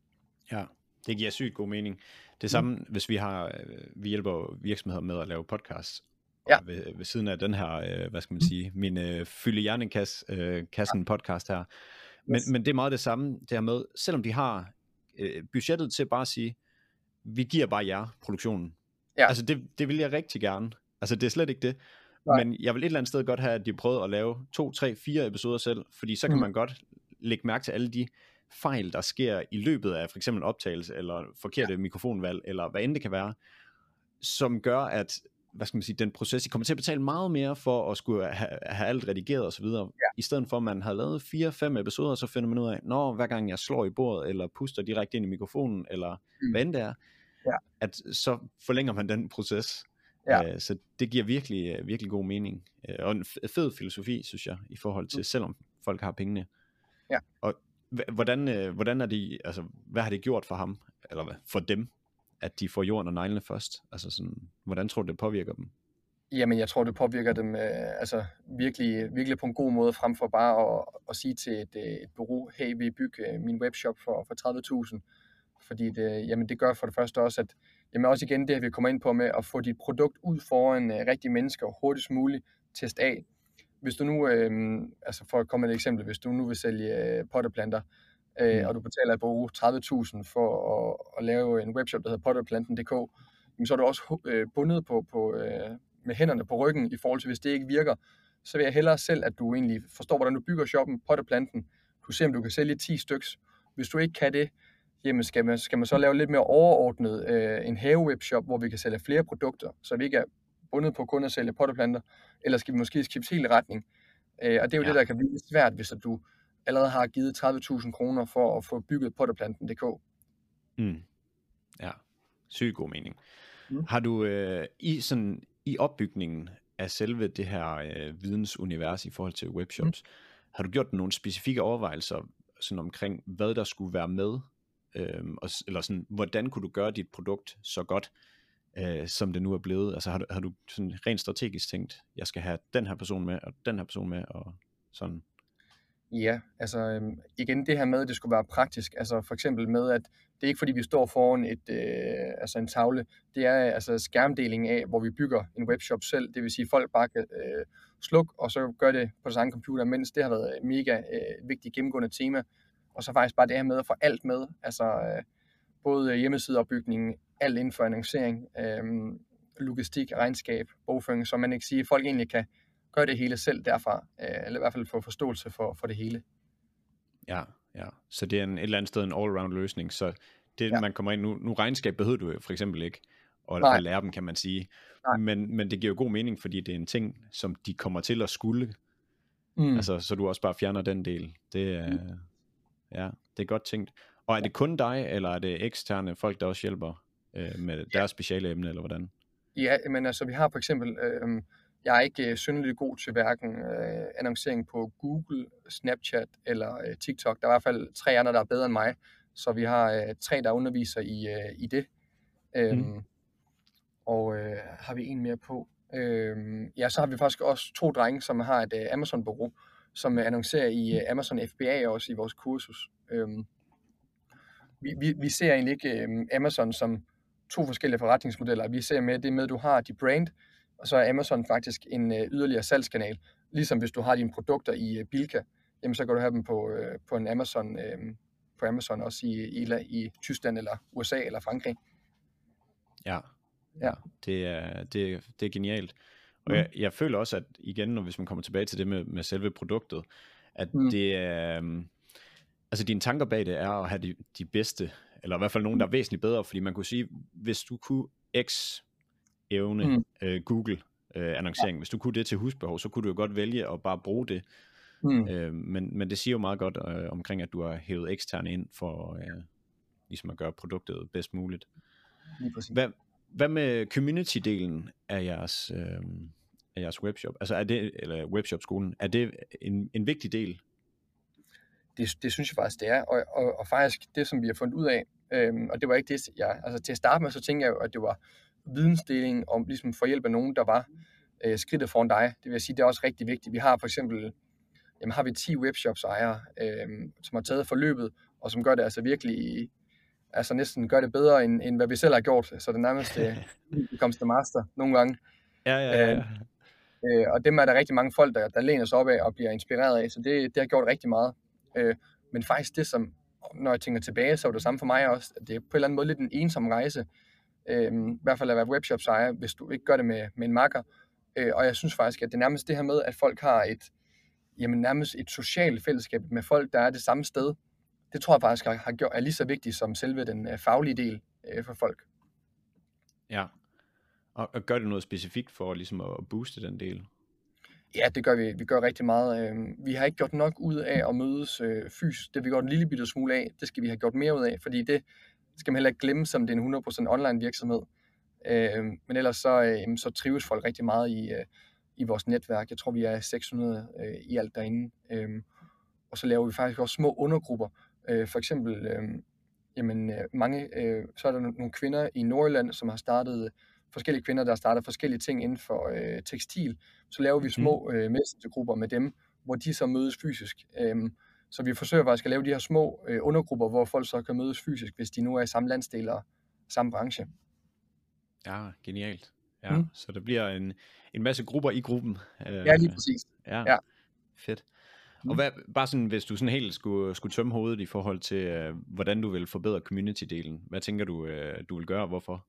Ja, det giver sygt god mening. Det samme, mm. hvis vi har, vi hjælper virksomheder med at lave podcasts, ja. ved, ved siden af den her, hvad skal man sige, min uh, fylde hjernekassen kassen podcast her. Men, yes. men det er meget det samme, det her med, selvom de har uh, budgettet til bare at sige, vi giver bare jer produktionen. Ja. Altså det, det vil jeg rigtig gerne. Altså det er slet ikke det. Nej. Men jeg vil et eller andet sted godt have, at de prøvede at lave to, tre, fire episoder selv, fordi så kan mm. man godt lægge mærke til alle de fejl, der sker i løbet af for eksempel optagelse, eller forkerte ja. mikrofonvalg, eller hvad end det kan være, som gør, at hvad skal man sige, den proces, I kommer til at betale meget mere for at skulle have, have alt redigeret og så videre, ja. I stedet for at man har lavet fire fem episoder, så finder man ud af, når hver gang jeg slår i bordet, eller puster direkte ind i mikrofonen, eller mm. hvad end det er, ja. At så forlænger man den proces. Ja. Så det giver virkelig, virkelig god mening. Og en fed filosofi, synes jeg, i forhold til, selvom folk har pengene. Ja. Og hvordan, hvordan er de, altså, hvad har det gjort for ham, eller hvad, for dem, at de får jorden og neglene først? Altså sådan, hvordan tror du, det påvirker dem? Jamen, jeg tror, det påvirker dem øh, altså virkelig, virkelig på en god måde, frem for bare at, at sige til et, et bureau, hey, vil I bygge min webshop for, for tredive tusind? Fordi det, jamen, det gør for det første også, at jamen også igen det, at vi kommer ind på med at få dit produkt ud foran uh, rigtige mennesker hurtigst muligt, test af. Hvis du nu, øh, altså for at komme med et eksempel, hvis du nu vil sælge uh, potteplanter, øh, mm. og du betaler et bureau tredive tusind for at, at lave en webshop, der hedder potteplanten punktum d k, så er du også øh, bundet på, på, øh, med hænderne på ryggen i forhold til, hvis det ikke virker. Så vil jeg hellere selv, at du egentlig forstår, hvordan du bygger shoppen, potteplanten. Du ser, om du kan sælge ti styks. Hvis du ikke kan det, jamen skal man, skal man så lave lidt mere overordnet øh, en have-webshop, hvor vi kan sælge flere produkter, så vi ikke er bundet på kun at sælge potteplanter, eller skal vi måske skifte helt retning. Øh, og det er jo ja. det, der kan blive svært, hvis at du allerede har givet tredive tusind kroner for at få bygget potteplanten punktum d k. Mm. Ja, sygt god mening. Mm. Har du øh, i, sådan, i opbygningen af selve det her øh, vidensunivers i forhold til webshops, mm. har du gjort nogle specifikke overvejelser sådan omkring, hvad der skulle være med, Øhm, og, eller sådan, hvordan kunne du gøre dit produkt så godt, øh, som det nu er blevet? Altså har du, har du sådan rent strategisk tænkt, jeg skal have den her person med, og den her person med, og sådan? Ja, altså øhm, igen det her med, at det skulle være praktisk, altså for eksempel med, at det er ikke fordi vi står foran et, øh, altså en tavle, det er altså skærmdeling af, hvor vi bygger en webshop selv, det vil sige, at folk bare kan øh, slukke, og så gør det på deres egen computer, mens det har været et mega øh, vigtigt gennemgående tema. Og så faktisk bare det her med at få alt med, altså øh, både hjemmesideopbygning, alt inden for annoncering, øh, logistik, regnskab, bogføring, så man ikke siger, at folk egentlig kan gøre det hele selv derfra, øh, eller i hvert fald få forståelse for, for det hele. Ja, ja. Så det er en, et eller andet sted en all-around løsning, så det ja. man kommer ind, nu, nu regnskab behøver du for eksempel ikke at, at lære dem, kan man sige, men, men det giver jo god mening, fordi det er en ting, som de kommer til at skulle, mm. altså så du også bare fjerner den del, det er... Mm. Ja, det er godt tænkt. Og er det kun dig, eller er det eksterne folk, der også hjælper øh, med deres ja. speciale emne, eller hvordan? Ja, men altså vi har for eksempel, øh, jeg er ikke synderligt god til hverken øh, annoncering på Google, Snapchat eller øh, TikTok. Der er i hvert fald tre andre, der er bedre end mig, så vi har øh, tre, der underviser i, øh, i det. Øh, mm. Og øh, har vi en mere på? Øh, ja, så har vi faktisk også to drenge, som har et øh, Amazon-bureau, som annoncerer i uh, Amazon F B A også i vores kursus. Øhm, vi, vi, vi ser egentlig ikke um, Amazon som to forskellige forretningsmodeller. Vi ser med det med, at du har dit brand, og så er Amazon faktisk en uh, yderligere salgskanal. Ligesom hvis du har dine produkter i uh, Bilka, jamen så kan du have dem på, uh, på en Amazon, uh, på Amazon også i, i, i Tyskland eller U S A eller Frankrig. Ja, ja. Det, er, det, det er genialt. Og jeg, jeg føler også, at igen, når hvis man kommer tilbage til det med, med selve produktet, at mm. det er, um, altså dine tanker bag det er at have de, de bedste, eller i hvert fald nogen, der er væsentligt bedre, fordi man kunne sige, hvis du kunne X evne mm. uh, Google uh, annoncering, ja. hvis du kunne det til husbehov, så kunne du jo godt vælge at bare bruge det, mm. uh, men, men det siger jo meget godt uh, omkring, at du har hævet eksterne ind for uh, ligesom at gøre produktet bedst muligt. Hvad Hvad med community-delen af jeres, øh, af jeres webshop? Altså er det, eller webshop-skolen, er det en, en vigtig del? Det, det synes jeg faktisk, det er. Og, og, og faktisk det, som vi har fundet ud af, øh, og det var ikke det, jeg... Altså til at starte med, så tænker jeg jo, at det var vidensdeling om ligesom for hjælp af nogen, der var øh, skridtet foran dig. Det vil sige, det er også rigtig vigtigt. Vi har for eksempel, jamen har vi ti webshops-ejere, øh, som har taget forløbet, og som gør det altså virkelig... altså næsten gør det bedre, end, end hvad vi selv har gjort. Så det nærmest becomes the master nogle gange. Ja, ja, ja. Øh, og dem er der rigtig mange folk, der, der læner sig op af og bliver inspireret af. Så det, det har gjort rigtig meget. Øh, men faktisk det, som, når jeg tænker tilbage, så er det samme for mig også. At det er på en eller anden måde lidt en ensom rejse. Øh, I hvert fald at være webshop-ejer, hvis du ikke gør det med, med en makker. Øh, og jeg synes faktisk, at det er nærmest det her med, at folk har et, jamen nærmest et socialt fællesskab med folk, der er det samme sted. det tror jeg faktisk har, har gjort, er lige så vigtigt som selve den øh, faglige del øh, for folk. Ja, og, og gør det noget specifikt for ligesom at booste den del? Ja, det gør vi. Vi gør rigtig meget. Øh, vi har ikke gjort nok ud af at mødes øh, fysisk. Det vi gjort en lille bitte smule af, det skal vi have gjort mere ud af, fordi det skal man heller ikke glemme, som det er en hundrede procent online virksomhed. Øh, men ellers så, øh, så trives folk rigtig meget i, øh, i vores netværk. Jeg tror, vi er seks hundrede øh, i alt derinde. Øh, og så laver vi faktisk også små undergrupper. Øh, for eksempel, øh, jamen, øh, mange, øh, så er der nogle kvinder i Nordjylland, som har startet, forskellige kvinder, der har startet forskellige ting inden for øh, tekstil. Så laver vi små øh, messengergrupper med dem, hvor de så mødes fysisk. Øh, så vi forsøger faktisk at lave de her små øh, undergrupper, hvor folk så kan mødes fysisk, hvis de nu er i samme landsdel og samme branche. Ja, genialt. Ja, Mm. så der bliver en, en masse grupper i gruppen. Øh, Ja, lige præcis. Ja, Ja. fedt. Mm. Og hvad, bare sådan, hvis du sådan helt skulle, skulle tømme hovedet i forhold til, øh, hvordan du vil forbedre community-delen, hvad tænker du, øh, du vil gøre, og hvorfor?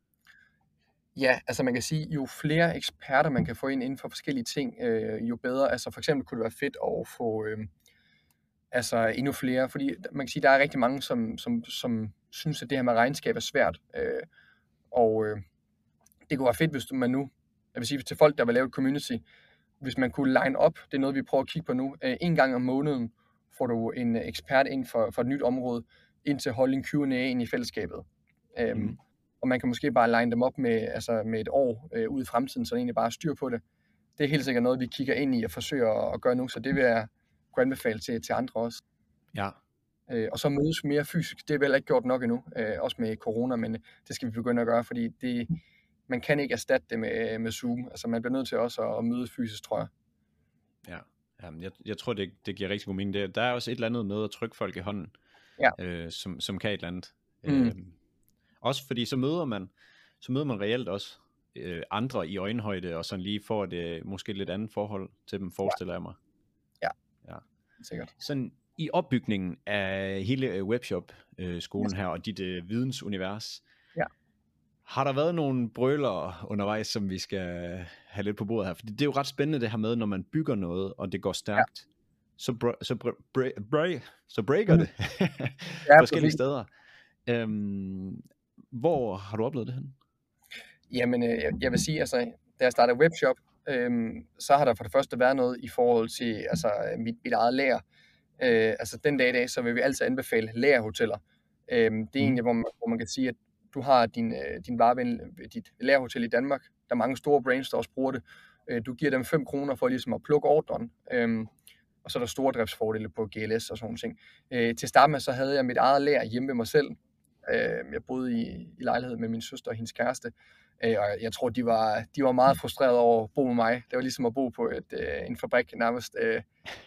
Ja, altså man kan sige, jo flere eksperter man kan få ind inden for forskellige ting, øh, jo bedre. Altså for eksempel kunne det være fedt at få øh, altså endnu flere, fordi man kan sige, der er rigtig mange, som, som, som synes, at det her med regnskab er svært. Øh, og øh, det kunne være fedt, hvis man nu, jeg vil sige til folk, der vil lave et community, hvis man kunne line op, det er noget, vi prøver at kigge på nu, øh, en gang om måneden får du en ekspert ind for, for et nyt område, ind til at holde en Q and A ind i fællesskabet. Øh, Mm. Og man kan måske bare line dem op med, altså med et år øh, ude i fremtiden, så det egentlig bare styr på det. Det er helt sikkert noget, vi kigger ind i og forsøger at, at gøre nu, så det vil jeg kunne anbefale til, til andre også. Ja, Øh, og så mødes mere fysisk, det er vel ikke gjort nok endnu, øh, også med corona, men det skal vi begynde at gøre, fordi det, man kan ikke erstatte det med, med Zoom. Altså man bliver nødt til også at, at mødes fysisk, tror jeg. ja. Jamen, jeg, jeg tror, det, det giver rigtig god mening. Det, der er også et eller andet med at trykke folk i hånden, Ja. øh, som, som kan et eller andet. Mm. Øh, også fordi så møder man, så møder man reelt også øh, andre i øjenhøjde, og sådan lige får det måske lidt andet forhold til dem, forestiller ja. jeg mig. Ja, ja. Sikkert. Sådan i opbygningen af hele webshop-skolen øh, her, og dit øh, vidensunivers, ja. har der været nogle brøler undervejs, som vi skal have lidt på bordet her? Fordi det er jo ret spændende det her med, når man bygger noget, og det går stærkt, ja. så, br- så, br- br- br- så breaker det ja, forskellige steder. Øhm, hvor har du oplevet det hen? Jamen, øh, jeg vil sige, altså, da jeg startede webshop, øhm, så har der for det første været noget i forhold til altså, mit, mit eget lager. Øh, altså den dag i dag, så vil vi altid anbefale lagerhoteller. Øhm, det er mm. egentlig, hvor man, hvor man kan sige, at du har din, øh, din vareven, dit lagerhotel i Danmark. Der er mange store brands, der også bruger det. Øh, du giver dem fem kroner for ligesom at plukke ordren. Øhm, og så er der store driftsfordele på G L S og sådan nogle ting. Øh, til start med, så havde jeg mit eget lager hjemme ved mig selv. Øh, jeg boede i, i lejlighed med min søster og hendes kæreste. Øh, og jeg tror, de var, de var meget frustrerede over at bo med mig. Det var ligesom at bo på et, øh, en fabrik nærmest. Øh,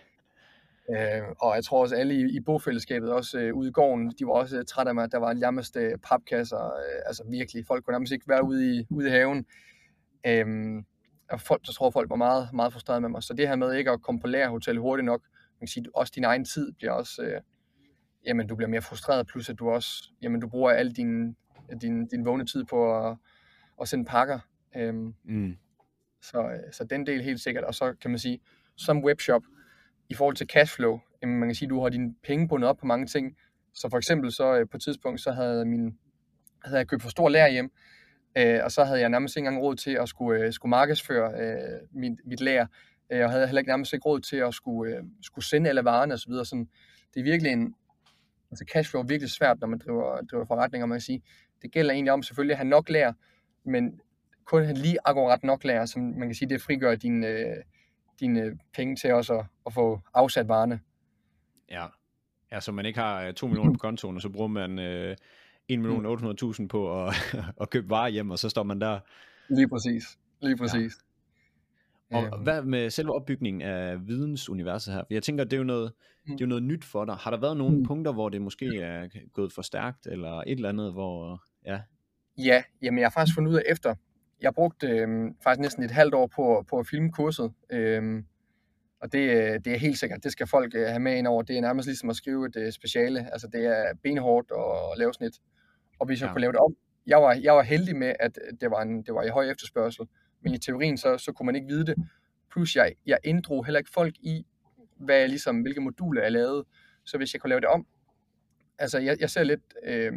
øh, og jeg tror også, alle i, i bofællesskabet, også øh, ude i gården, de var også trætte af mig. Der var nærmest øh, papkasser. Øh, altså virkelig, folk kunne nærmest ikke være ude i, ude i haven. Øh, og folk, så tror folk var meget, meget frustrerede med mig. Så det her med ikke at komme på lagerhotel hurtigt nok, man kan sige, også din egen tid bliver også, øh, jamen du bliver mere frustreret, plus at du også, jamen du bruger al din, din, din vågne tid på at, at sende pakker. Øhm, mm. så, så den del helt sikkert. Og så kan man sige, som webshop, i forhold til cashflow, jamen man kan sige, du har dine penge bundet op på mange ting. Så for eksempel så på et tidspunkt, så havde, min, havde jeg købt for stor lager hjem, øh, og så havde jeg nærmest ikke engang råd til at skulle, øh, skulle markedsføre øh, mit, mit lager. Øh, og havde heller ikke nærmest ikke råd til at skulle, øh, skulle sende alle varerne osv. Sådan, det er virkelig en, altså cashflow er virkelig svært, når man driver, driver forretninger, man kan sige. Det gælder egentlig om selvfølgelig at have nok lager, men kun have lige akkurat nok lager, som man kan sige, det frigør dine, øh, dine penge til også at, at få afsat varerne. Ja. ja, så man ikke har to millioner på kontoen, og så bruger man øh, en million otte hundrede tusind på at, at købe varer hjem, og så står man der. Lige præcis. Lige præcis. Ja. Og hvad med selve opbygningen af vidensuniverset her? Jeg tænker, det er jo noget, det er jo noget nyt for dig. Har der været nogle mm. punkter, hvor det måske er gået for stærkt, eller et eller andet, hvor... Ja, ja jamen jeg har faktisk fundet ud af efter. Jeg brugte øh, faktisk næsten et halvt år på, på at filme kurset. Øh, og det, det er helt sikkert, det skal folk have med ind over. Det er nærmest ligesom at skrive et uh, speciale. Altså det er benhårdt at lave sådan et. Og hvis jeg ja. kunne lave det om. Jeg var, jeg var heldig med, at det var, en, det var i høj efterspørgsel. Men i teorien, så, så kunne man ikke vide det. Plus jeg, jeg inddrog heller ikke folk i, hvad jeg ligesom, hvilke moduler jeg lavede. Så hvis jeg kunne lave det om, altså jeg, jeg ser lidt, øh,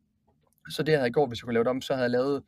så det jeg havde gjort, hvis jeg kunne lave det om, så havde jeg lavet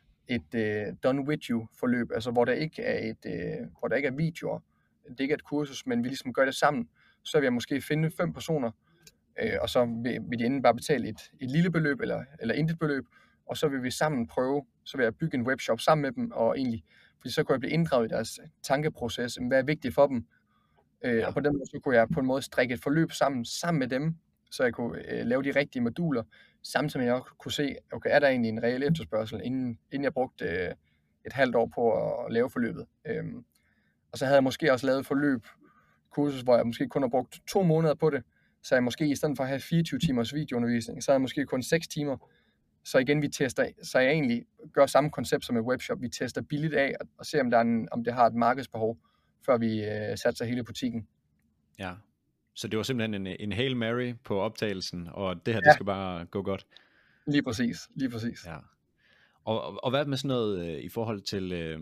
et øh, done with you forløb, altså hvor der ikke er et, øh, hvor der ikke er videoer, det ikke er et kursus, men vi ligesom gør det sammen, så vil jeg måske finde fem personer, øh, og så vil, vil de enten bare betale et, et lille beløb, eller, eller intet beløb, og så vil vi sammen prøve, så vil jeg bygge en webshop sammen med dem, og egentlig, fordi så kunne jeg blive inddraget i deres tankeproces, hvad er vigtigt for dem, øh, Ja. og på den måde, så kunne jeg på en måde strikke et forløb sammen, sammen med dem, så jeg kunne øh, lave de rigtige moduler, samtidig med at jeg også kunne se, okay, er der egentlig en reel efterspørgsel, inden, inden jeg brugte øh, et halvt år på at lave forløbet. Øhm, og så havde jeg måske også lavet et forløb, kursus, hvor jeg måske kun har brugt to måneder på det, så jeg måske i stedet for at have fireogtyve timers videoundervisning, så havde jeg måske kun seks timer. Så igen, vi tester, så jeg egentlig gør samme koncept som et webshop. Vi tester billigt af og, og ser, om, der er en, om det har et markedsbehov, før vi øh, satser hele butikken. Ja, så det var simpelthen en, en Hail Mary på optagelsen, og det her, Ja. det skal bare gå godt. Lige præcis, lige præcis. Ja. Og, og, og hvad med sådan noget øh, i forhold til, øh,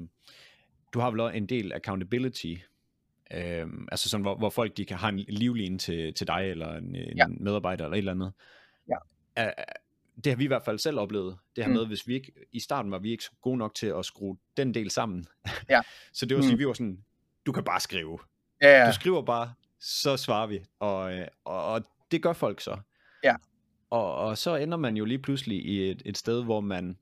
du har vel også en del accountability, øh, altså sådan, hvor, hvor folk de kan have en livline til, til dig, eller en, en Ja. medarbejder, eller et eller andet. Ja. Uh, det har vi i hvert fald selv oplevet, det her Mm. med, hvis vi ikke, i starten var vi ikke gode nok til at skrue den del sammen. Ja. Så det var Mm. sige, vi var sådan, du kan bare skrive. Ja, ja. Du skriver bare, så svarer vi, og, øh, og, og det gør folk så. Ja. Og, og så ender man jo lige pludselig i et, et sted, hvor man,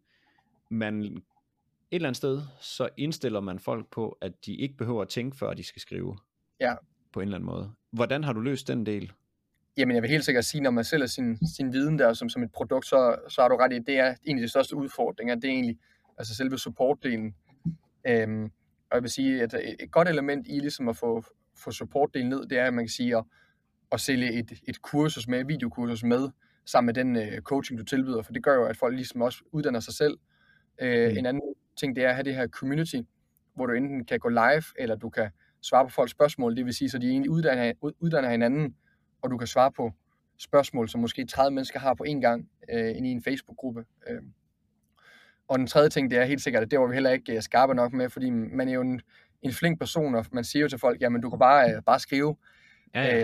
man et eller andet sted, så indstiller man folk på, at de ikke behøver at tænke, før de skal skrive. Ja. På en eller anden måde. Hvordan har du løst den del? Jamen, jeg vil helt sikkert sige, når man sælger sin, sin viden der som, som et produkt, så, så har du ret i, det er egentlig det største udfordring, det er egentlig altså selve supportdelen. Øhm, og jeg vil sige, at et godt element i ligesom at få, få supportdelen ned, det er, at man kan sige, at, at sælge et, et kursus med, et videokursus med, sammen med den øh, coaching, du tilbyder, for det gør jo, at folk ligesom også uddanner sig selv. Øh, Mm. En anden ting, det er at have det her community, hvor du enten kan gå live, eller du kan svare på folks spørgsmål, det vil sige, så de egentlig uddanner, uddanner hinanden, og du kan svare på spørgsmål, som måske tredive mennesker har på en gang, øh, inde i en Facebook-gruppe. Øh. Og den tredje ting, det er helt sikkert, at det var vi heller ikke øh, skarpe nok med, fordi man er jo en, en flink person, og man siger jo til folk, jamen du kan bare, øh, bare skrive. Ja, ja. Øh,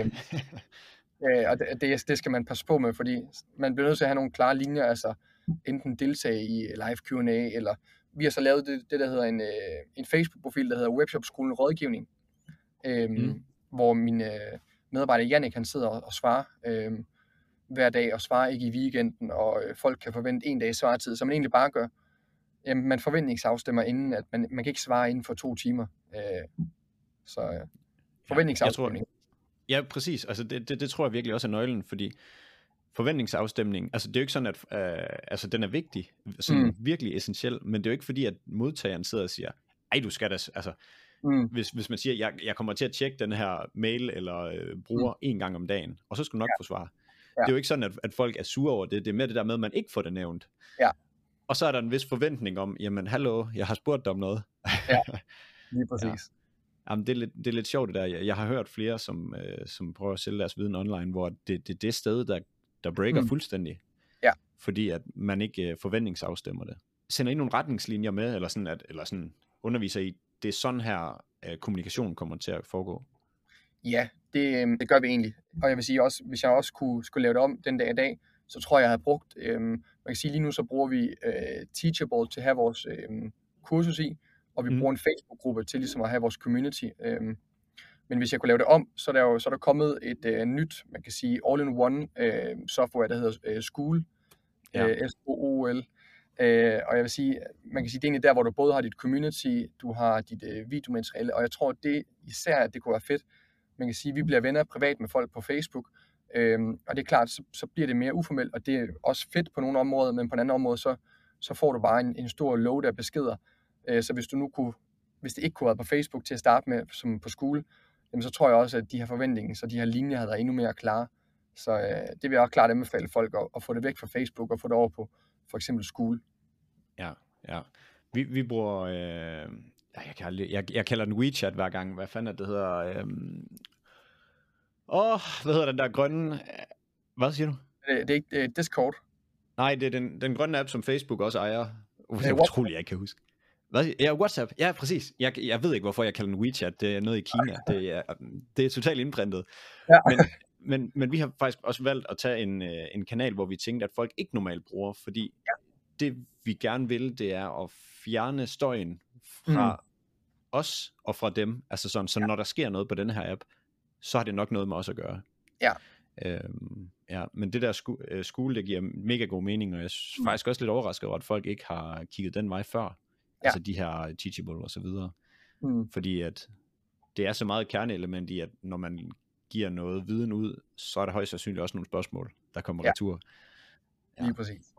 øh, og det, det, det skal man passe på med, fordi man bliver nødt til at have nogle klare linjer, altså enten deltage i live Q and A, eller vi har så lavet det, det der hedder en, øh, en Facebook-profil, der hedder Webshop-skolen Rådgivning, øh, Mm. hvor min øh, medarbejder Jannik, han sidder og, og svarer øh, hver dag, og svarer ikke i weekenden, og øh, folk kan forvente en dags svartid, så man egentlig bare gør, jamen, man forventningsafstemmer inden, at man, man kan ikke svare inden for to timer. Øh, så øh, forventningsafstemning. Ja, præcis. Altså det, det, det tror jeg virkelig også er nøglen, fordi forventningsafstemning, altså det er jo ikke sådan, at øh, altså den er vigtig, sådan Mm. virkelig essentiel, men det er jo ikke fordi, at modtageren sidder og siger, ej du skal da, altså Mm. hvis, hvis man siger, jeg, jeg kommer til at tjekke den her mail eller øh, bruger mm. en gang om dagen, og så skal du nok Ja. få svar. Ja. Det er jo ikke sådan, at, at folk er sure over det, det er mere det der med, at man ikke får det nævnt. Ja. Og så er der en vis forventning om, jamen hallo, jeg har spurgt dig om noget. Ja, lige præcis. Ja. Jamen, det, er lidt, det er lidt sjovt det der. Jeg, jeg har hørt flere, som, øh, som prøver at sælge deres viden online, hvor det, det er det sted, der, der breaker Mm. fuldstændig. Ja. Fordi at man ikke øh, forventningsafstemmer det. Sender I nogle retningslinjer med, eller sådan, at, eller sådan underviser I, det er sådan her, øh, kommunikation kommer til at foregå? Ja, det, øh, det gør vi egentlig. Og jeg vil sige også, hvis jeg også kunne, skulle lave det om den dag i dag, så tror jeg, jeg havde brugt, øh, man kan sige lige nu, så bruger vi øh, Teachable til at have vores øh, kursus i, og vi Mm. bruger en Facebook-gruppe til ligesom at have vores community. Øh, men hvis jeg kunne lave det om, så er der jo så er der kommet et øh, nyt, man kan sige, all-in-one øh, software, der hedder øh, School, Ja. øh, S O O L. Øh, og jeg vil sige, man kan sige, det er egentlig der, hvor du både har dit community, du har dit øh, videomateriale, og jeg tror, det især, at det kunne være fedt. Man kan sige, at vi bliver venner privat med folk på Facebook, øhm, og det er klart, så, så bliver det mere uformelt, og det er også fedt på nogle områder, men på en anden område, så, så får du bare en, en stor load af beskeder. Øh, så hvis du nu kunne, hvis det ikke kunne være på Facebook til at starte med, som på skole, jamen så tror jeg også, at de her forventninger, så de her linjer havde været endnu mere klare. Så øh, det vil jeg også klart anbefale folk at, at få det væk fra Facebook og få det over på for eksempel skole. Ja, ja. Vi, vi bruger, øh, jeg, kan aldrig, jeg, jeg kalder den WeChat hver gang, hvad fanden er det hedder? Øh, åh, hvad hedder den der grønne, hvad siger du? Det, det er ikke det er Discord. Nej, det er den, den grønne app, som Facebook også ejer. Uh, det er WhatsApp. utroligt, jeg ikke kan huske. Hvad? Ja, WhatsApp. Ja, præcis. Jeg, jeg ved ikke, hvorfor jeg kalder den WeChat. Det er noget i Kina. Det er, det er totalt indprintet. Ja. Men, men, men vi har faktisk også valgt at tage en, øh, en kanal, hvor vi tænkte, at folk ikke normalt bruger, fordi Ja. det vi gerne vil, det er at fjerne støjen Mm. fra os og fra dem, altså sådan, så Ja. når der sker noget på den her app, så har det nok noget med os at gøre. Ja. Øhm, ja, men det der sku, øh, skole, det giver mega god mening, og jeg er Mm. faktisk også lidt overrasket over, at folk ikke har kigget den vej før, Ja. altså de her Teachable og så videre, Mm. fordi at det er så meget kerneelement i, at når man giver noget viden ud, så er der højst sandsynligt også nogle spørgsmål, der kommer Ja. retur. Ja. Lige præcis.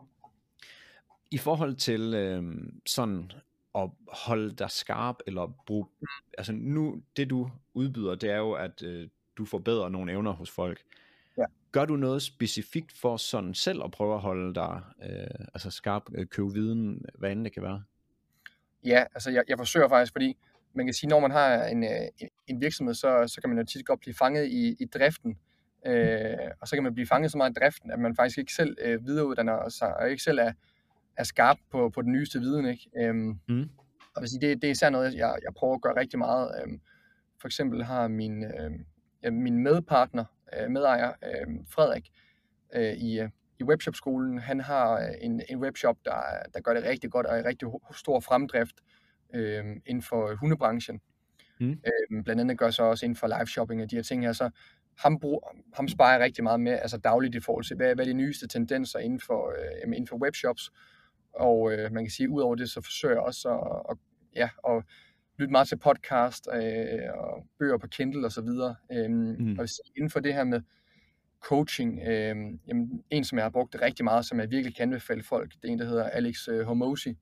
I forhold til øh, sådan at holde dig skarp, eller bruge, altså nu, det du udbyder, det er jo, at øh, du forbedrer nogle evner hos folk. Ja. Gør du noget specifikt for sådan selv at prøve at holde dig øh, altså skarp, øh, købe viden, hvad end det kan være? Ja, altså jeg, jeg forsøger faktisk, fordi man kan sige, når man har en, øh, en virksomhed, så, så kan man jo tit godt blive fanget i, i driften. Øh, og så kan man blive fanget så meget i driften, at man faktisk ikke selv øh, videreuddanner sig, og ikke selv er, er skarp på, på den nyeste viden. Ikke? Øhm, Mm. og sige, det, det er især noget, jeg, jeg prøver at gøre rigtig meget. Øhm, for eksempel har min, øh, ja, min medpartner, øh, medejer, øh, Frederik, øh, i, i webshop-skolen, han har øh, en, en webshop, der, der gør det rigtig godt og er i rigtig ho- stor fremdrift øh, inden for hundebranchen. Mm. Øh, blandt andet gør så også inden for live shopping og de her ting her, så ham, bruger, ham sparer jeg rigtig meget med, altså dagligt i forhold til, hvad, hvad er de nyeste tendenser inden for, øh, inden for webshops, og øh, man kan sige, ud over det, så forsøger jeg også at, og, ja, at lytte meget til podcast øh, og bøger på Kindle og så videre. Øh, Mm. og inden for det her med coaching, øh, jamen, en som jeg har brugt rigtig meget, som jeg virkelig kan anbefale folk, det er en, der hedder Alex øh, Hormozi.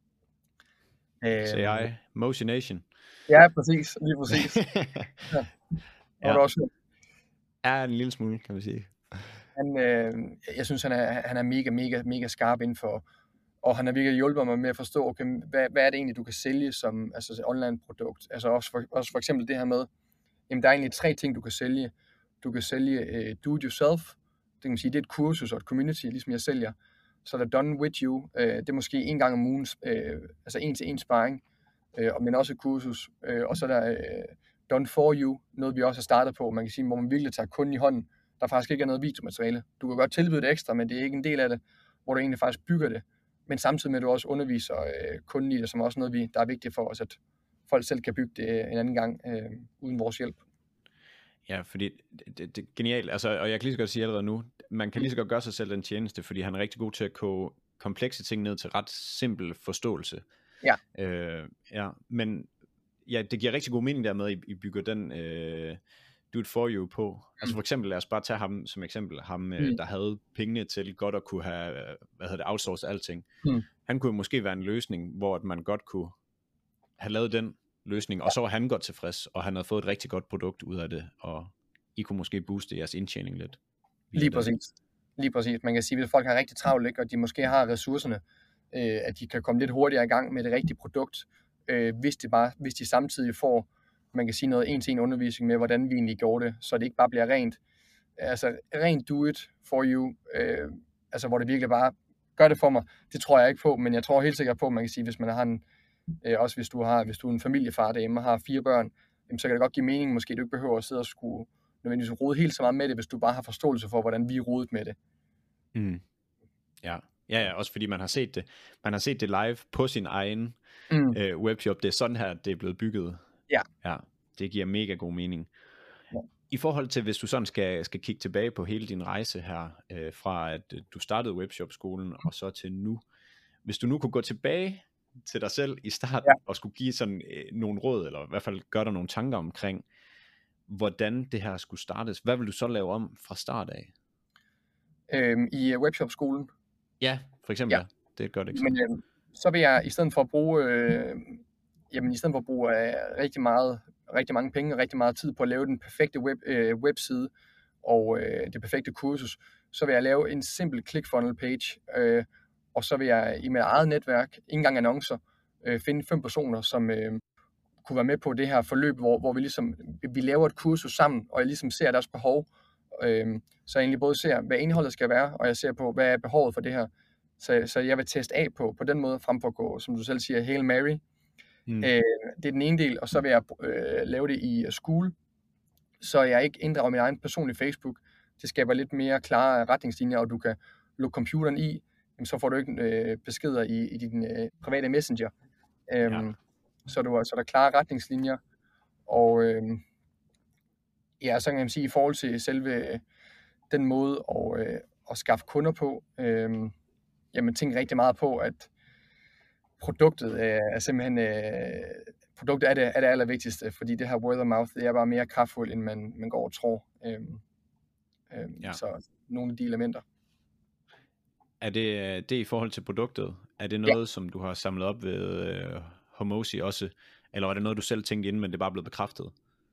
Øh, Så jeg, Motionation. Ja, præcis, lige præcis. Ja. Ja. Og også, Er en lille smule, kan man sige. han, øh, jeg synes, han er, han er mega, mega, mega skarp inden for, og han har virkelig hjulpet mig med at forstå, okay, hvad, hvad er det egentlig, du kan sælge som altså, online produkt? Altså også for, også for eksempel det her med, jamen der er egentlig tre ting, du kan sælge. Du kan sælge uh, do it yourself, det kan man sige, det er et kursus og et community, ligesom jeg sælger. Så er der done with you, uh, det er måske en gang om ugen, uh, altså en til en sparring, uh, men også et kursus. Uh, og så er der uh, done for you, noget vi også har startet på, man kan sige, hvor man virkelig tager kunden i hånden. Der faktisk ikke er noget videomateriale. Du kan godt tilbyde det ekstra, men det er ikke en del af det, hvor du egentlig faktisk bygger det. Men samtidig med, at du også underviser øh, kunden i det, som er også noget, vi, der er vigtigt for os, at folk selv kan bygge det en anden gang, øh, uden vores hjælp. Ja, fordi det, det, det er genialt, altså, og jeg kan lige så godt sige allerede nu, man kan lige så godt gøre sig selv den tjeneste, fordi han er rigtig god til at koge komplekse ting ned til ret simpel forståelse. Ja. Øh, ja, men ja, det giver rigtig god mening dermed, at I, I bygger den øh, do it for you på. Altså for eksempel, lad os bare tage ham som eksempel, ham mm. øh, der havde pengene til godt at kunne have, hvad hedder det, outsource alting. Mm. Han kunne måske være en løsning, hvor at man godt kunne have lavet den løsning, og så var han godt tilfreds, og han havde fået et rigtig godt produkt ud af det, og I kunne måske booste jeres indtjening lidt. Lige præcis. Lige præcis. Man kan sige, at folk har rigtig travlt, ikke, og de måske har ressourcerne, øh, at de kan komme lidt hurtigere i gang med det rigtige produkt, øh, hvis, de bare, hvis de samtidig får, man kan sige noget en-til-en undervisning med, hvordan vi egentlig gjorde det, så det ikke bare bliver rent, altså rent do it for you, øh, altså hvor det virkelig bare gør det for mig. Det tror jeg ikke på, men jeg tror helt sikkert på, man kan sige, hvis man har en, øh, også hvis du har, hvis du er en familiefar derhjemme og har fire børn, jamen, så kan det godt give mening, måske du ikke behøver at sidde og skulle nødvendigvis rode helt så meget med det, hvis du bare har forståelse for, hvordan vi rodet med det. Mm. Ja. Ja, ja, også fordi man har set det, man har set det live på sin egen mm. øh, webshop. Det er sådan her, det er blevet bygget. Ja. Ja, det giver mega god mening. Ja. I forhold til, hvis du sådan skal, skal kigge tilbage på hele din rejse her, øh, fra at øh, du startede webshop-skolen, og så til nu. Hvis du nu kunne gå tilbage til dig selv i starten, ja. og skulle give sådan øh, nogle råd, eller i hvert fald gøre dig nogle tanker omkring, hvordan det her skulle startes, hvad vil du så lave om fra start af? Øhm, I webshop-skolen? Ja, for eksempel. Ja. Ja. Det er et godt eksempel. Men øh, så vil jeg, i stedet for at bruge, øh, jamen i stedet for at bruge øh, rigtig meget, rigtig mange penge og rigtig meget tid på at lave den perfekte web, øh, webside og øh, det perfekte kursus, så vil jeg lave en simpel ClickFunnels page, øh, og så vil jeg i mit eget netværk, ikke engang annoncer, øh, finde fem personer, som øh, kunne være med på det her forløb, hvor, hvor vi ligesom, vi laver et kursus sammen, og jeg ligesom ser deres behov, øh, så jeg egentlig både ser, hvad indholdet skal være, og jeg ser på, hvad er behovet for det her. Så, så jeg vil teste af på, på den måde, frem for at gå, som du selv siger, Hail Mary. Mm. Øh, det er den ene del, og så vil jeg øh, lave det i Skool, så jeg ikke inddrager min egen personlige Facebook. Det skaber lidt mere klare retningslinjer, og du kan lukke computeren i, jamen, så får du ikke øh, beskeder i, i din øh, private messenger. Øhm, Ja. så, du, så er der klare retningslinjer, og øh, ja, så kan man sige, i forhold til selve øh, den måde at, øh, at skaffe kunder på, øh, jamen tænker rigtig meget på, at produktet øh, er simpelthen, øh, produktet er det, er det allervigtigste, fordi det her word of mouth, det er bare mere kraftfuldt, end man, man går og tror. Øh, øh, Ja. Så nogle af de elementer. Er det, det i forhold til produktet? Er det noget, ja. som du har samlet op ved øh, Homosi også? Eller er det noget, du selv tænkte inden, men det er bare blevet bekræftet?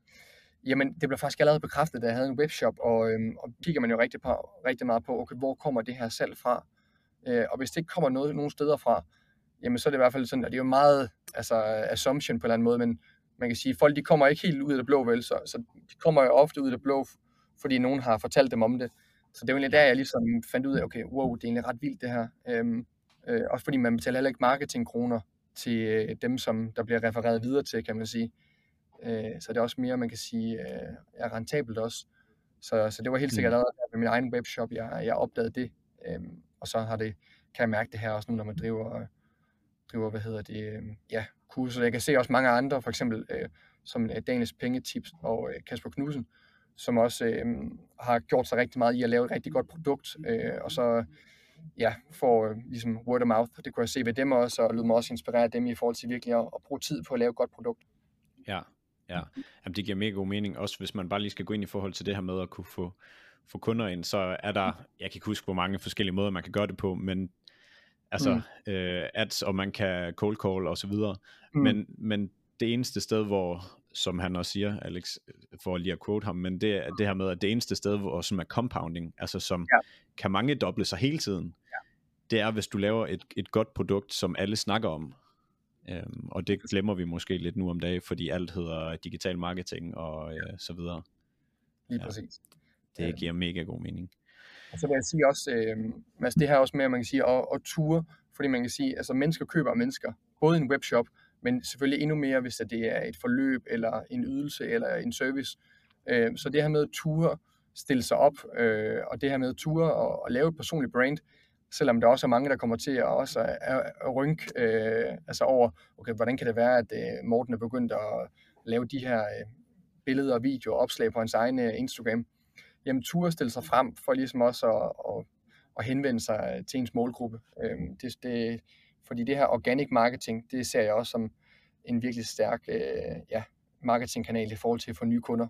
Jamen, det blev faktisk allerede bekræftet, da jeg havde en webshop, og, øhm, og kigger man jo rigtig, på, rigtig meget på, okay, hvor kommer det her salg fra? Øh, og hvis det ikke kommer noget, nogen steder fra, jamen så er det i hvert fald sådan, at det er jo meget altså, assumption på en eller anden måde, men man kan sige, at folk de kommer ikke helt ud af det blå, vel? Så, så de kommer jo ofte ud af det blå, fordi nogen har fortalt dem om det. Så det er jo egentlig der, jeg ligesom fandt ud af, okay, wow, det er egentlig ret vildt det her. Øhm, øh, også fordi man betaler heller ikke marketingkroner til øh, dem, som der bliver refereret videre til, kan man sige. Øh, så det er også mere, man kan sige, øh, er rentabelt også. Så, så det var helt sikkert Mm. allerede med min egen webshop, jeg, jeg opdagede det. Øhm, og så har det, kan jeg mærke det her også nu, når man driver, driver hvad hedder det, øh, ja, kurser. Jeg kan se også mange andre, for eksempel øh, som øh, Daniels Pengetips og øh, Kasper Knudsen, som også øh, har gjort sig rigtig meget i at lave et rigtig godt produkt, øh, og så ja, får øh, ligesom word of mouth. Det kunne jeg se ved dem også, og lød mig også inspirere dem i forhold til virkelig at, at bruge tid på at lave et godt produkt. Ja, ja. Jamen, det giver mega god mening, også hvis man bare lige skal gå ind i forhold til det her med at kunne få, få kunder ind, så er der, jeg kan ikke huske, hvor mange forskellige måder, man kan gøre det på, men altså mm. øh, ads, og man kan cold call og så videre, mm. men, men det eneste sted, hvor, som han også siger, Alex, for lige at quote ham, men det er det her med, at det eneste sted, hvor som er compounding, altså som ja. kan mange doble sig hele tiden, ja. det er, hvis du laver et, et godt produkt, som alle snakker om. Øhm, og det glemmer vi måske lidt nu om dagen, fordi alt hedder digital marketing og øh, så videre. Lige ja. præcis. Det giver mega god mening. Og så vil jeg sige også, øh, altså det her også med, at man kan sige, at, at ture, fordi man kan sige, altså mennesker køber af mennesker, både i en webshop, men selvfølgelig endnu mere, hvis det er et forløb, eller en ydelse, eller en service. Øh, så det her med at ture, stille sig op, øh, og det her med at ture og, og lave et personligt brand, selvom der også er mange, der kommer til at også at, at rynke øh, altså over, okay, hvordan kan det være, at øh, Morten er begyndt at lave de her øh, billeder og videoer og opslag på hans egen øh, Instagram. Jamen, turde stille sig frem for ligesom også at, at, at henvende sig til ens målgruppe. Øh, det, det, fordi det her organic marketing, det ser jeg også som en virkelig stærk øh, ja, marketingkanal i forhold til at få nye kunder.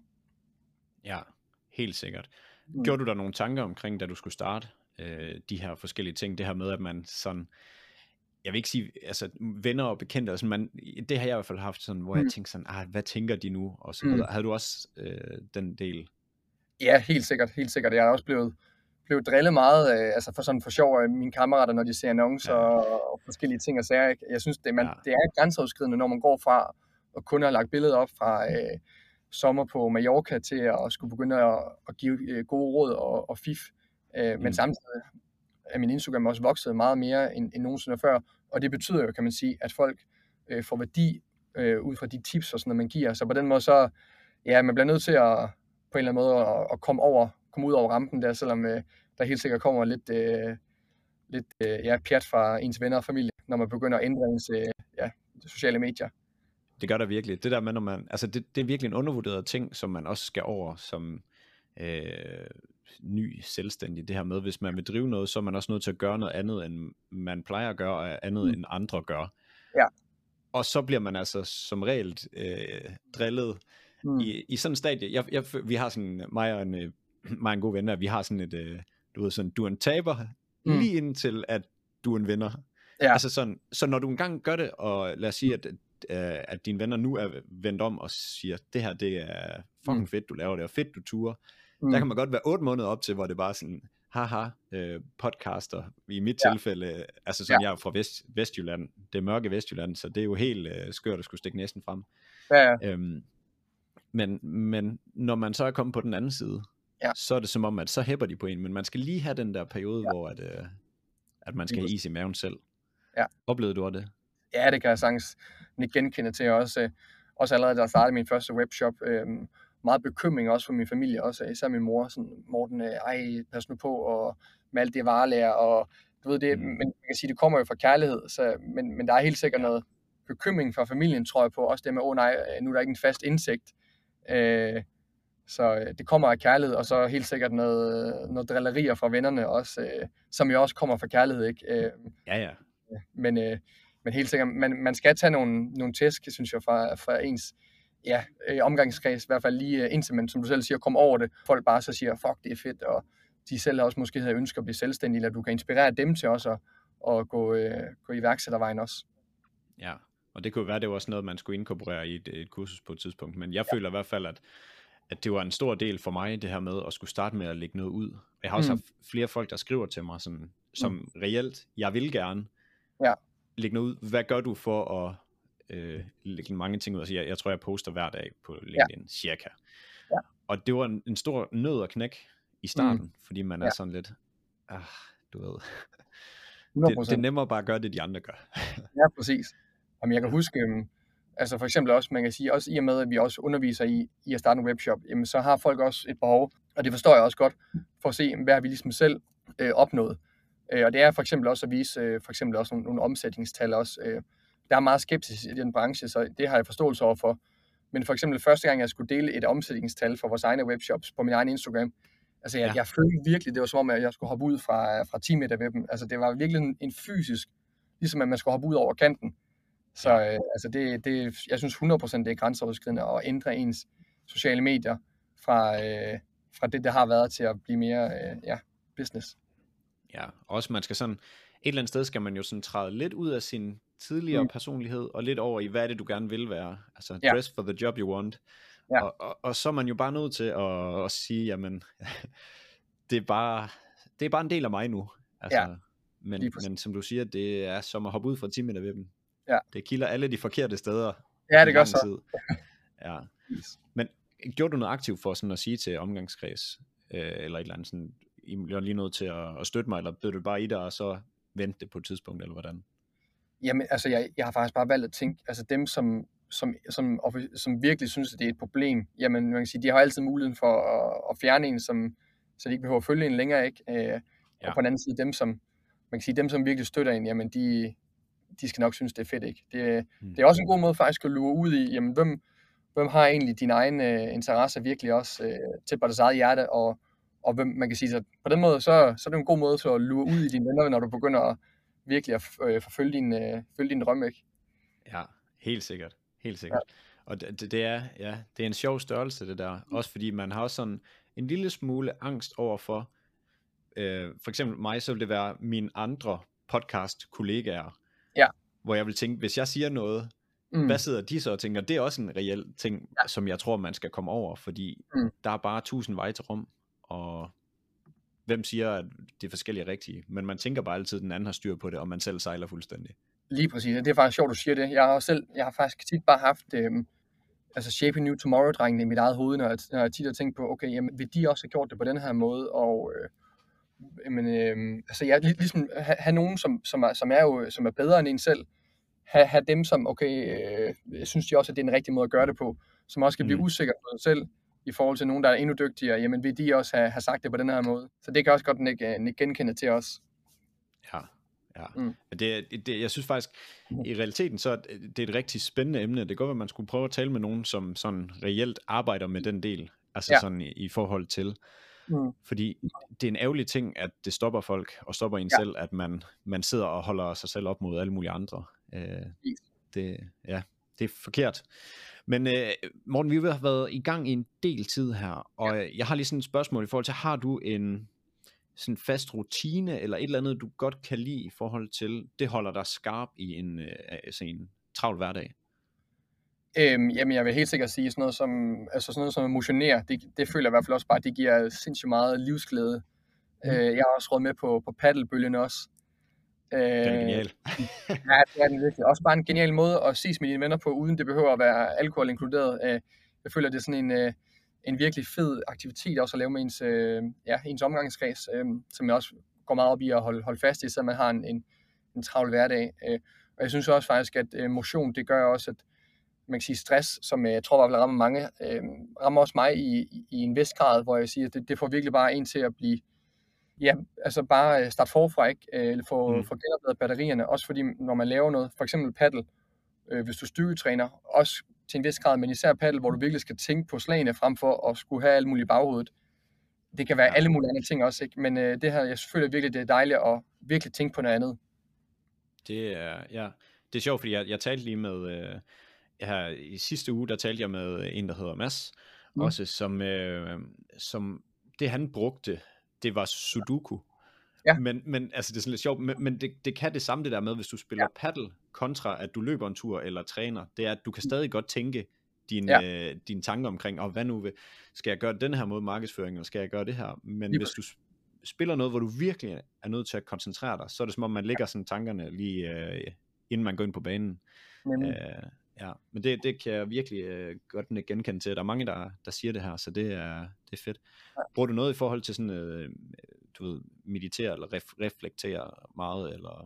Ja, helt sikkert. Mm. Gjorde du der nogle tanker omkring, da du skulle starte øh, de her forskellige ting, det her med, at man sådan, jeg vil ikke sige, altså venner og bekendte, altså man, det har jeg i hvert fald haft sådan, hvor mm. jeg tænkte sådan, ah, hvad tænker de nu, og så videre. Mm. Havde du også øh, den del? Ja, helt sikkert, helt sikkert. Jeg har også blevet, blevet drillet meget, øh, altså for sådan for sjov af mine kammerater, når de ser annoncer ja. og, og forskellige ting og sager. Jeg synes, det, man, ja. det er grænseoverskridende, når man går fra at kun have lagt billeder op fra øh, sommer på Mallorca til at skulle begynde at, at give øh, gode råd og, og fif. Øh, mm. Men samtidig er min Instagram også vokset meget mere end, end nogensinde før, og det betyder jo, kan man sige, at folk øh, får værdi øh, ud fra de tips og sådan noget, man giver. Så på den måde så, ja, man bliver nødt til at på en eller anden måde at, at komme over, komme ud over rampen der, selvom øh, der helt sikkert kommer lidt, øh, lidt øh, ja, pjat fra ens venner og familie, når man begynder at ændre ens øh, ja, sociale medier. Det gør der virkelig. Det der med, når man, altså det, det er virkelig en undervurderet ting, som man også skal over som øh, ny selvstændig. Det her med, hvis man vil drive noget, så er man også nødt til at gøre noget andet, end man plejer at gøre, og andet, mm. end andre gør. Ja. Og så bliver man altså som regel øh, drillet mm. i, i sådan en stadie. Jeg, jeg, vi har sådan, mig og en, øh, mig og en god ven der, vi har sådan et, øh, du ved sådan, du er en taber, mm. lige indtil at du er en vinder. Ja. Altså sådan, så når du engang gør det, og lad os sige, at at dine venner nu er vendt om og siger, det her, det er fucking mm. fedt, du laver det, og fedt, du turer. Mm. Der kan man godt være otte måneder op til, hvor det bare er sådan, haha, øh, podcaster, i mit ja. tilfælde, altså som ja. jeg er fra Vest, Vestjylland, det er mørke Vestjylland, så det er jo helt øh, skørt at skulle stikke næsten frem. Ja, ja. Øhm, men, men når man så er kommet på den anden side, ja. så er det som om, at så hæpper de på en, men man skal lige have den der periode, ja. hvor at, øh, at man skal have is i maven selv. Ja. Oplevede du det? Ja, det kan jeg sagtens genkende til også. Også allerede, da jeg startede min første webshop, øh, meget bekymring også for min familie, også især min mor, sådan, Morten, øh, ej, pas nu på, og med alt det varelærer, og du ved det, Mm. men man kan sige, det kommer jo fra kærlighed, så, men, men der er helt sikkert Ja. noget bekymring fra familien, tror jeg på, også det med, åh oh, nej, nu er der ikke en fast indsigt, øh, så øh, det kommer af kærlighed, og så helt sikkert noget, noget drillerier fra vennerne også, øh, som jo også kommer fra kærlighed, ikke? Øh, Ja, ja. men, øh, men helt sikkert, man, man skal tage nogle, nogle tæsk, synes jeg, fra, fra ens ja, øh, omgangskreds, i hvert fald lige øh, indtil man, som du selv siger, kommer over det. Folk bare så siger, fuck, det er fedt, og de selv også måske havde ønsket at blive selvstændige, eller du kan inspirere dem til også at, at gå, øh, gå iværksættervejen også. Ja, og det kunne jo være, det var også noget, man skulle inkorporere i et, et kursus på et tidspunkt, men jeg Ja. føler i hvert fald, at, at det var en stor del for mig, det her med at skulle starte med at lægge noget ud. Jeg har også Mm. haft flere folk, der skriver til mig, sådan, som Mm. reelt, jeg vil gerne Ja. lægge noget ud. Hvad gør du for at øh, lægge mange ting ud? Altså, jeg, jeg tror, jeg poster hver dag på LinkedIn, ja. cirka. Ja. Og det var en, en stor nød at knække i starten, Mm. fordi man Ja. er sådan lidt, ah, du ved, hundrede det, procent. det er nemmere bare at gøre det, de andre gør. Ja, præcis. Jamen, jeg kan huske, øhm, altså for eksempel også, man kan sige, også i og med, at vi også underviser i, i at starte en webshop, jamen så har folk også et behov, og det forstår jeg også godt, for at se, hvad har vi ligesom selv øh, opnået. Øh, og det er for eksempel også at vise, øh, for eksempel også nogle, nogle omsætningstal også. Øh, der er meget skepsis i den branche, så det har jeg forståelse over for. Men for eksempel første gang, jeg skulle dele et omsætningstal for vores egne webshops på min egen Instagram, altså jeg, Ja. jeg følte virkelig, det var som om, at jeg skulle hoppe ud fra, fra ti meter ved dem. Altså det var virkelig en, en fysisk, ligesom at man skulle hoppe ud over kanten. Så Ja. øh, altså det, det, jeg synes hundrede procent, det er grænseoverskridende at ændre ens sociale medier fra, øh, fra det, der har været, til at blive mere øh, ja, business. Ja, også man skal sådan, et eller andet sted skal man jo sådan træde lidt ud af sin tidligere Mm. personlighed, og lidt over i, hvad er det, du gerne vil være. Altså, Ja. dress for the job you want. Ja. Og, og, og så er man jo bare nødt til at, at sige, jamen, det er bare, det er bare en del af mig nu. Altså, Ja, men, lige præcis. men som du siger, det er som at hoppe ud fra ti meter ved dem. Ja. Det kilder alle de forkerte steder. Ja, i det gør lang så. tid. Ja. Men gjorde du noget aktivt for sådan at sige til omgangskreds, øh, eller et eller andet sådan, I bliver lige nødt til at, at støtte mig, eller bød du bare i dig, og så vente det på et tidspunkt, eller hvordan? Jamen, altså, jeg, jeg har faktisk bare valgt at tænke, altså dem, som, som, som, som virkelig synes, at det er et problem, jamen, man kan sige, de har altid muligheden for at, at fjerne en, som, så de ikke behøver at følge en længere, ikke? Øh, ja. Og på den anden side, dem, som, man kan sige, dem, som virkelig støtter en, jamen, de, de skal nok synes, det er fedt, ikke? Det, hmm. det er også en god måde faktisk at lure ud i, jamen, hvem, hvem har egentlig dine egne øh, interesser virkelig også øh, tæt på deres eget hjerte, og, og hvem, man kan sige, så på den måde, så, så er det en god måde til at lure ud i dine venner, når du begynder at virkelig at øh, forfølge din, øh, følge din drømme, ikke? Ja, helt sikkert. Helt sikkert. Ja. Og det, det, er, ja, det er en sjov størrelse, det der. Også fordi man har også sådan en lille smule angst overfor, øh, for eksempel mig, så vil det være mine andre podcast-kollegaer, ja. hvor jeg vil tænke, hvis jeg siger noget, mm. hvad sidder de så og tænker? Det er også en reel ting, ja. som jeg tror, man skal komme over, fordi mm. der er bare tusind veje til rum, og hvem siger, at det er forskellige rigtige, men man tænker bare altid, at den anden har styr på det, og man selv sejler fuldstændig. Lige præcis, det er faktisk sjovt, du siger det. Jeg har selv, jeg har faktisk tit bare haft øhm, altså Shaping New Tomorrow-drengene i mit eget hoved, når jeg, når jeg tit har tænkt på, okay, jamen, vil de også have gjort det på den her måde, og øh, jamen, øh, altså jeg lig, ligesom have, have nogen, som, som, er, som, er jo, som er bedre end en selv, have, have dem, som, okay, øh, jeg synes de også, at det er en rigtig måde at gøre det på, som også kan blive mm. usikker på sig selv, i forhold til nogen, der er endnu dygtigere, jamen vil de også have, have sagt det på den her måde. Så det kan også godt ikke, ikke genkende til os. Ja, ja. Mm. Det, det, jeg synes faktisk, i realiteten, så er det et rigtig spændende emne. Det går, at man skulle prøve at tale med nogen, som sådan reelt arbejder med den del, altså ja. sådan i, i forhold til. Mm. Fordi det er en ærgerlig ting, at det stopper folk, og stopper en ja. selv, at man, man sidder og holder sig selv op mod alle mulige andre. Øh, det, ja, det er forkert. Men øh, Morten, vi har været i gang i en del tid her, og ja. jeg har lige sådan et spørgsmål i forhold til, har du en sådan fast rutine, eller et eller andet, du godt kan lide i forhold til, det holder dig skarp i en, øh, sådan en travl hverdag? Øhm, jamen, jeg vil helt sikkert sige sådan noget som, altså sådan noget som at motionere, det, det føler jeg i hvert fald også bare, det giver sindssygt meget livsglæde. Mm. Øh, jeg har også råd med på, på paddelbølgen også. Øh, den er genial. Ja, det er den virkelig. Også bare en genial måde at ses med dine venner på, uden det behøver at være alkohol inkluderet. Øh, jeg føler, det er sådan en, øh, en virkelig fed aktivitet også at lave med ens, øh, ja, ens omgangskreds, øh, som jeg også går meget op i at holde, holde fast i, så man har en, en, en travl hverdag. Øh, og jeg synes også faktisk, at øh, motion, det gør også, at man kan sige stress, som jeg tror, der rammer mange, øh, rammer også mig i, i, i en vis grad, hvor jeg siger, at det, det får virkelig bare en til at blive, ja, altså bare starte forfra, ikke? Eller få, mm. få genopladet batterierne, også fordi, når man laver noget, for eksempel paddle, øh, hvis du styrketræner, også til en vis grad, men især paddle, hvor du virkelig skal tænke på slagene, frem for at skulle have alt muligt i baghovedet. Det kan være ja. alle mulige andre ting også, ikke? Men øh, det her, jeg føler virkelig, det er dejligt at virkelig tænke på noget andet. Det er, ja, det er sjovt, fordi jeg, jeg talte lige med, øh, her i sidste uge, der talte jeg med en, der hedder Mads, mm. også som, øh, som det han brugte, det var Sudoku. Ja. Men, men altså det er sådan lidt sjovt, men, men det, det kan det samme det der med, hvis du spiller ja. paddle kontra at du løber en tur eller træner, det er at du kan stadig godt tænke dine, ja. øh, dine tanker omkring, og hvad nu vil, skal jeg gøre den her måde markedsføring, eller skal jeg gøre det her, men lige hvis du spiller noget, hvor du virkelig er nødt til at koncentrere dig, så er det som om man lægger sådan tankerne lige øh, inden man går ind på banen. Mm. Øh, ja, men det, det kan jeg virkelig øh, godt genkende til. Der er mange der, der siger det her, så det er, det er fedt. Ja. Bruger du noget i forhold til sådan øh, du ved, meditere eller ref, reflektere meget, eller?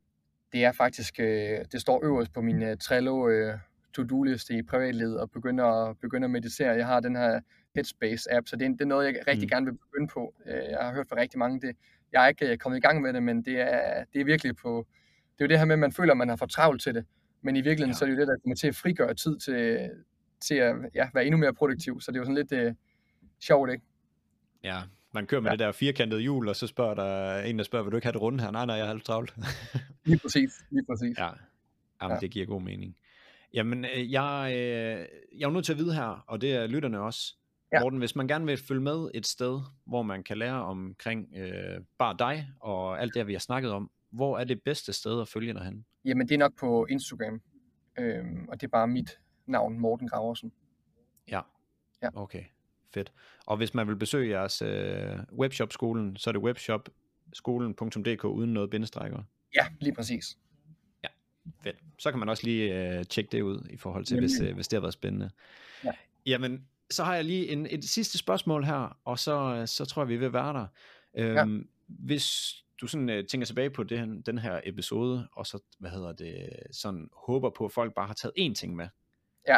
Det er faktisk, øh, det står øverst på min uh, Trello øh, to-do-liste i privatlivet, og begynde at, begynde at meditere. Jeg har den her Headspace-app, så det er, det er noget, jeg rigtig mm. gerne vil begynde på. Jeg har hørt fra rigtig mange, det, jeg er ikke kommet i gang med det, men det er, det er virkelig på, det er jo det her med, at man føler, at man har fået travlt til det, men i virkeligheden, ja. så er det jo det, der kommer til at frigøre tid til, til at ja, være endnu mere produktiv, så det er jo sådan lidt uh, sjovt, ikke? Ja, man kører med ja. det der firkantede hjul, og så spørger der en, der spørger, vil du ikke have det rundt her? Nej, nej, jeg har lidt travlt. Lige præcis, lige præcis. Ja, Jamen, ja. det giver god mening. Jamen, jeg, jeg er jo nødt til at vide her, og det er lytterne også, ja. Morten, hvis man gerne vil følge med et sted, hvor man kan lære omkring øh, bare dig, og alt det, vi har snakket om, hvor er det bedste sted at følge dig hen? Jamen, det er nok på Instagram, øhm, og det er bare mit navn, Morten Graversen. Ja, ja. Okay, fedt. Og hvis man vil besøge jeres øh, webshop-skolen, så er det webshopskolen punktum d k uden noget bindestrækker. Ja, lige præcis. Ja, fedt. Så kan man også lige øh, tjekke det ud i forhold til, hvis, øh, hvis det har været spændende. Ja. Jamen, så har jeg lige en, et sidste spørgsmål her, og så, så tror jeg, vi vil være der. Øhm, ja. Hvis du sådan uh, tænker tilbage på det, den her episode, og så, hvad hedder det, sådan håber på, at folk bare har taget én ting med. Ja.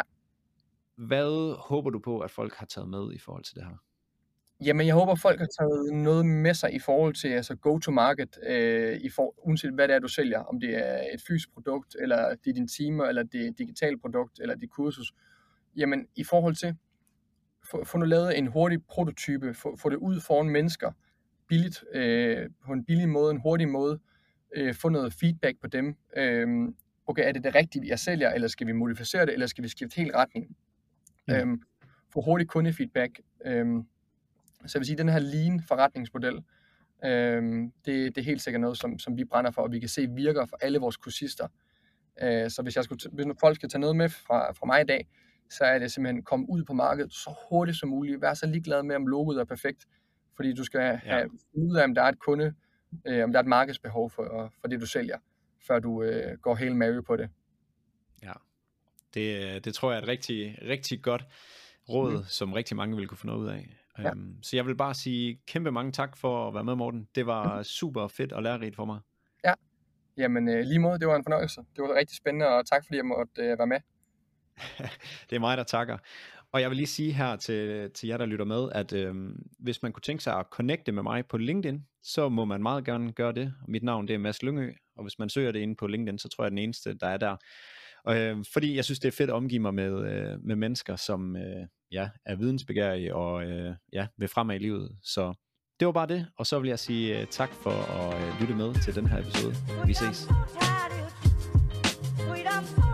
Hvad håber du på, at folk har taget med i forhold til det her? Jamen, jeg håber, at folk har taget noget med sig i forhold til altså go-to-market, øh, i for, uanset hvad det er, du sælger. Om det er et fysisk produkt, eller det er din timer, eller det er et digitalt produkt, eller dit kursus. Jamen, i forhold til, få, få nu lavet en hurtig prototype, få, få det ud foran mennesker, billigt, øh, på en billig måde, en hurtig måde, øh, få noget feedback på dem. Øh, okay, er det det rigtige, jeg sælger, eller skal vi modificere det, eller skal vi skifte helt retning? Mm. Øh, få hurtig kundefeedback. Øh, så jeg vil sige, at den her lean forretningsmodel, øh, det, det er helt sikkert noget, som, som vi brænder for, og vi kan se virker for alle vores kursister. Øh, så hvis, jeg skulle, hvis folk skal tage noget med fra, fra mig i dag, så er det simpelthen komme ud på markedet så hurtigt som muligt. Vær så ligeglad med, om logoet er perfekt, fordi du skal have ja. ud af, om der er et kunde, øh, om der er et markedsbehov for, for det, du sælger, før du øh, går helt Mary på det. Ja, det, det tror jeg er et rigtig, rigtig godt råd, mm. som rigtig mange vil kunne få noget ud af. Ja. Um, så jeg vil bare sige kæmpe mange tak for at være med, Morten. Det var mm. super fedt og lærerigt for mig. Ja, jamen øh, lige måde, det var en fornøjelse. Det var rigtig spændende, og tak fordi jeg måtte øh, være med. Det er mig, der takker. Og jeg vil lige sige her til, til jer, der lytter med, at øhm, hvis man kunne tænke sig at connecte med mig på LinkedIn, så må man meget gerne gøre det. Mit navn det er Mads Lyngø, og hvis man søger det inde på LinkedIn, så tror jeg, den eneste, der er der. Og, øh, fordi jeg synes, det er fedt at omgive mig med, øh, med mennesker, som øh, ja, er vidensbegærige og øh, ja, vil fremad i livet. Så det var bare det, og så vil jeg sige øh, tak for at øh, lytte med til den her episode. Vi ses.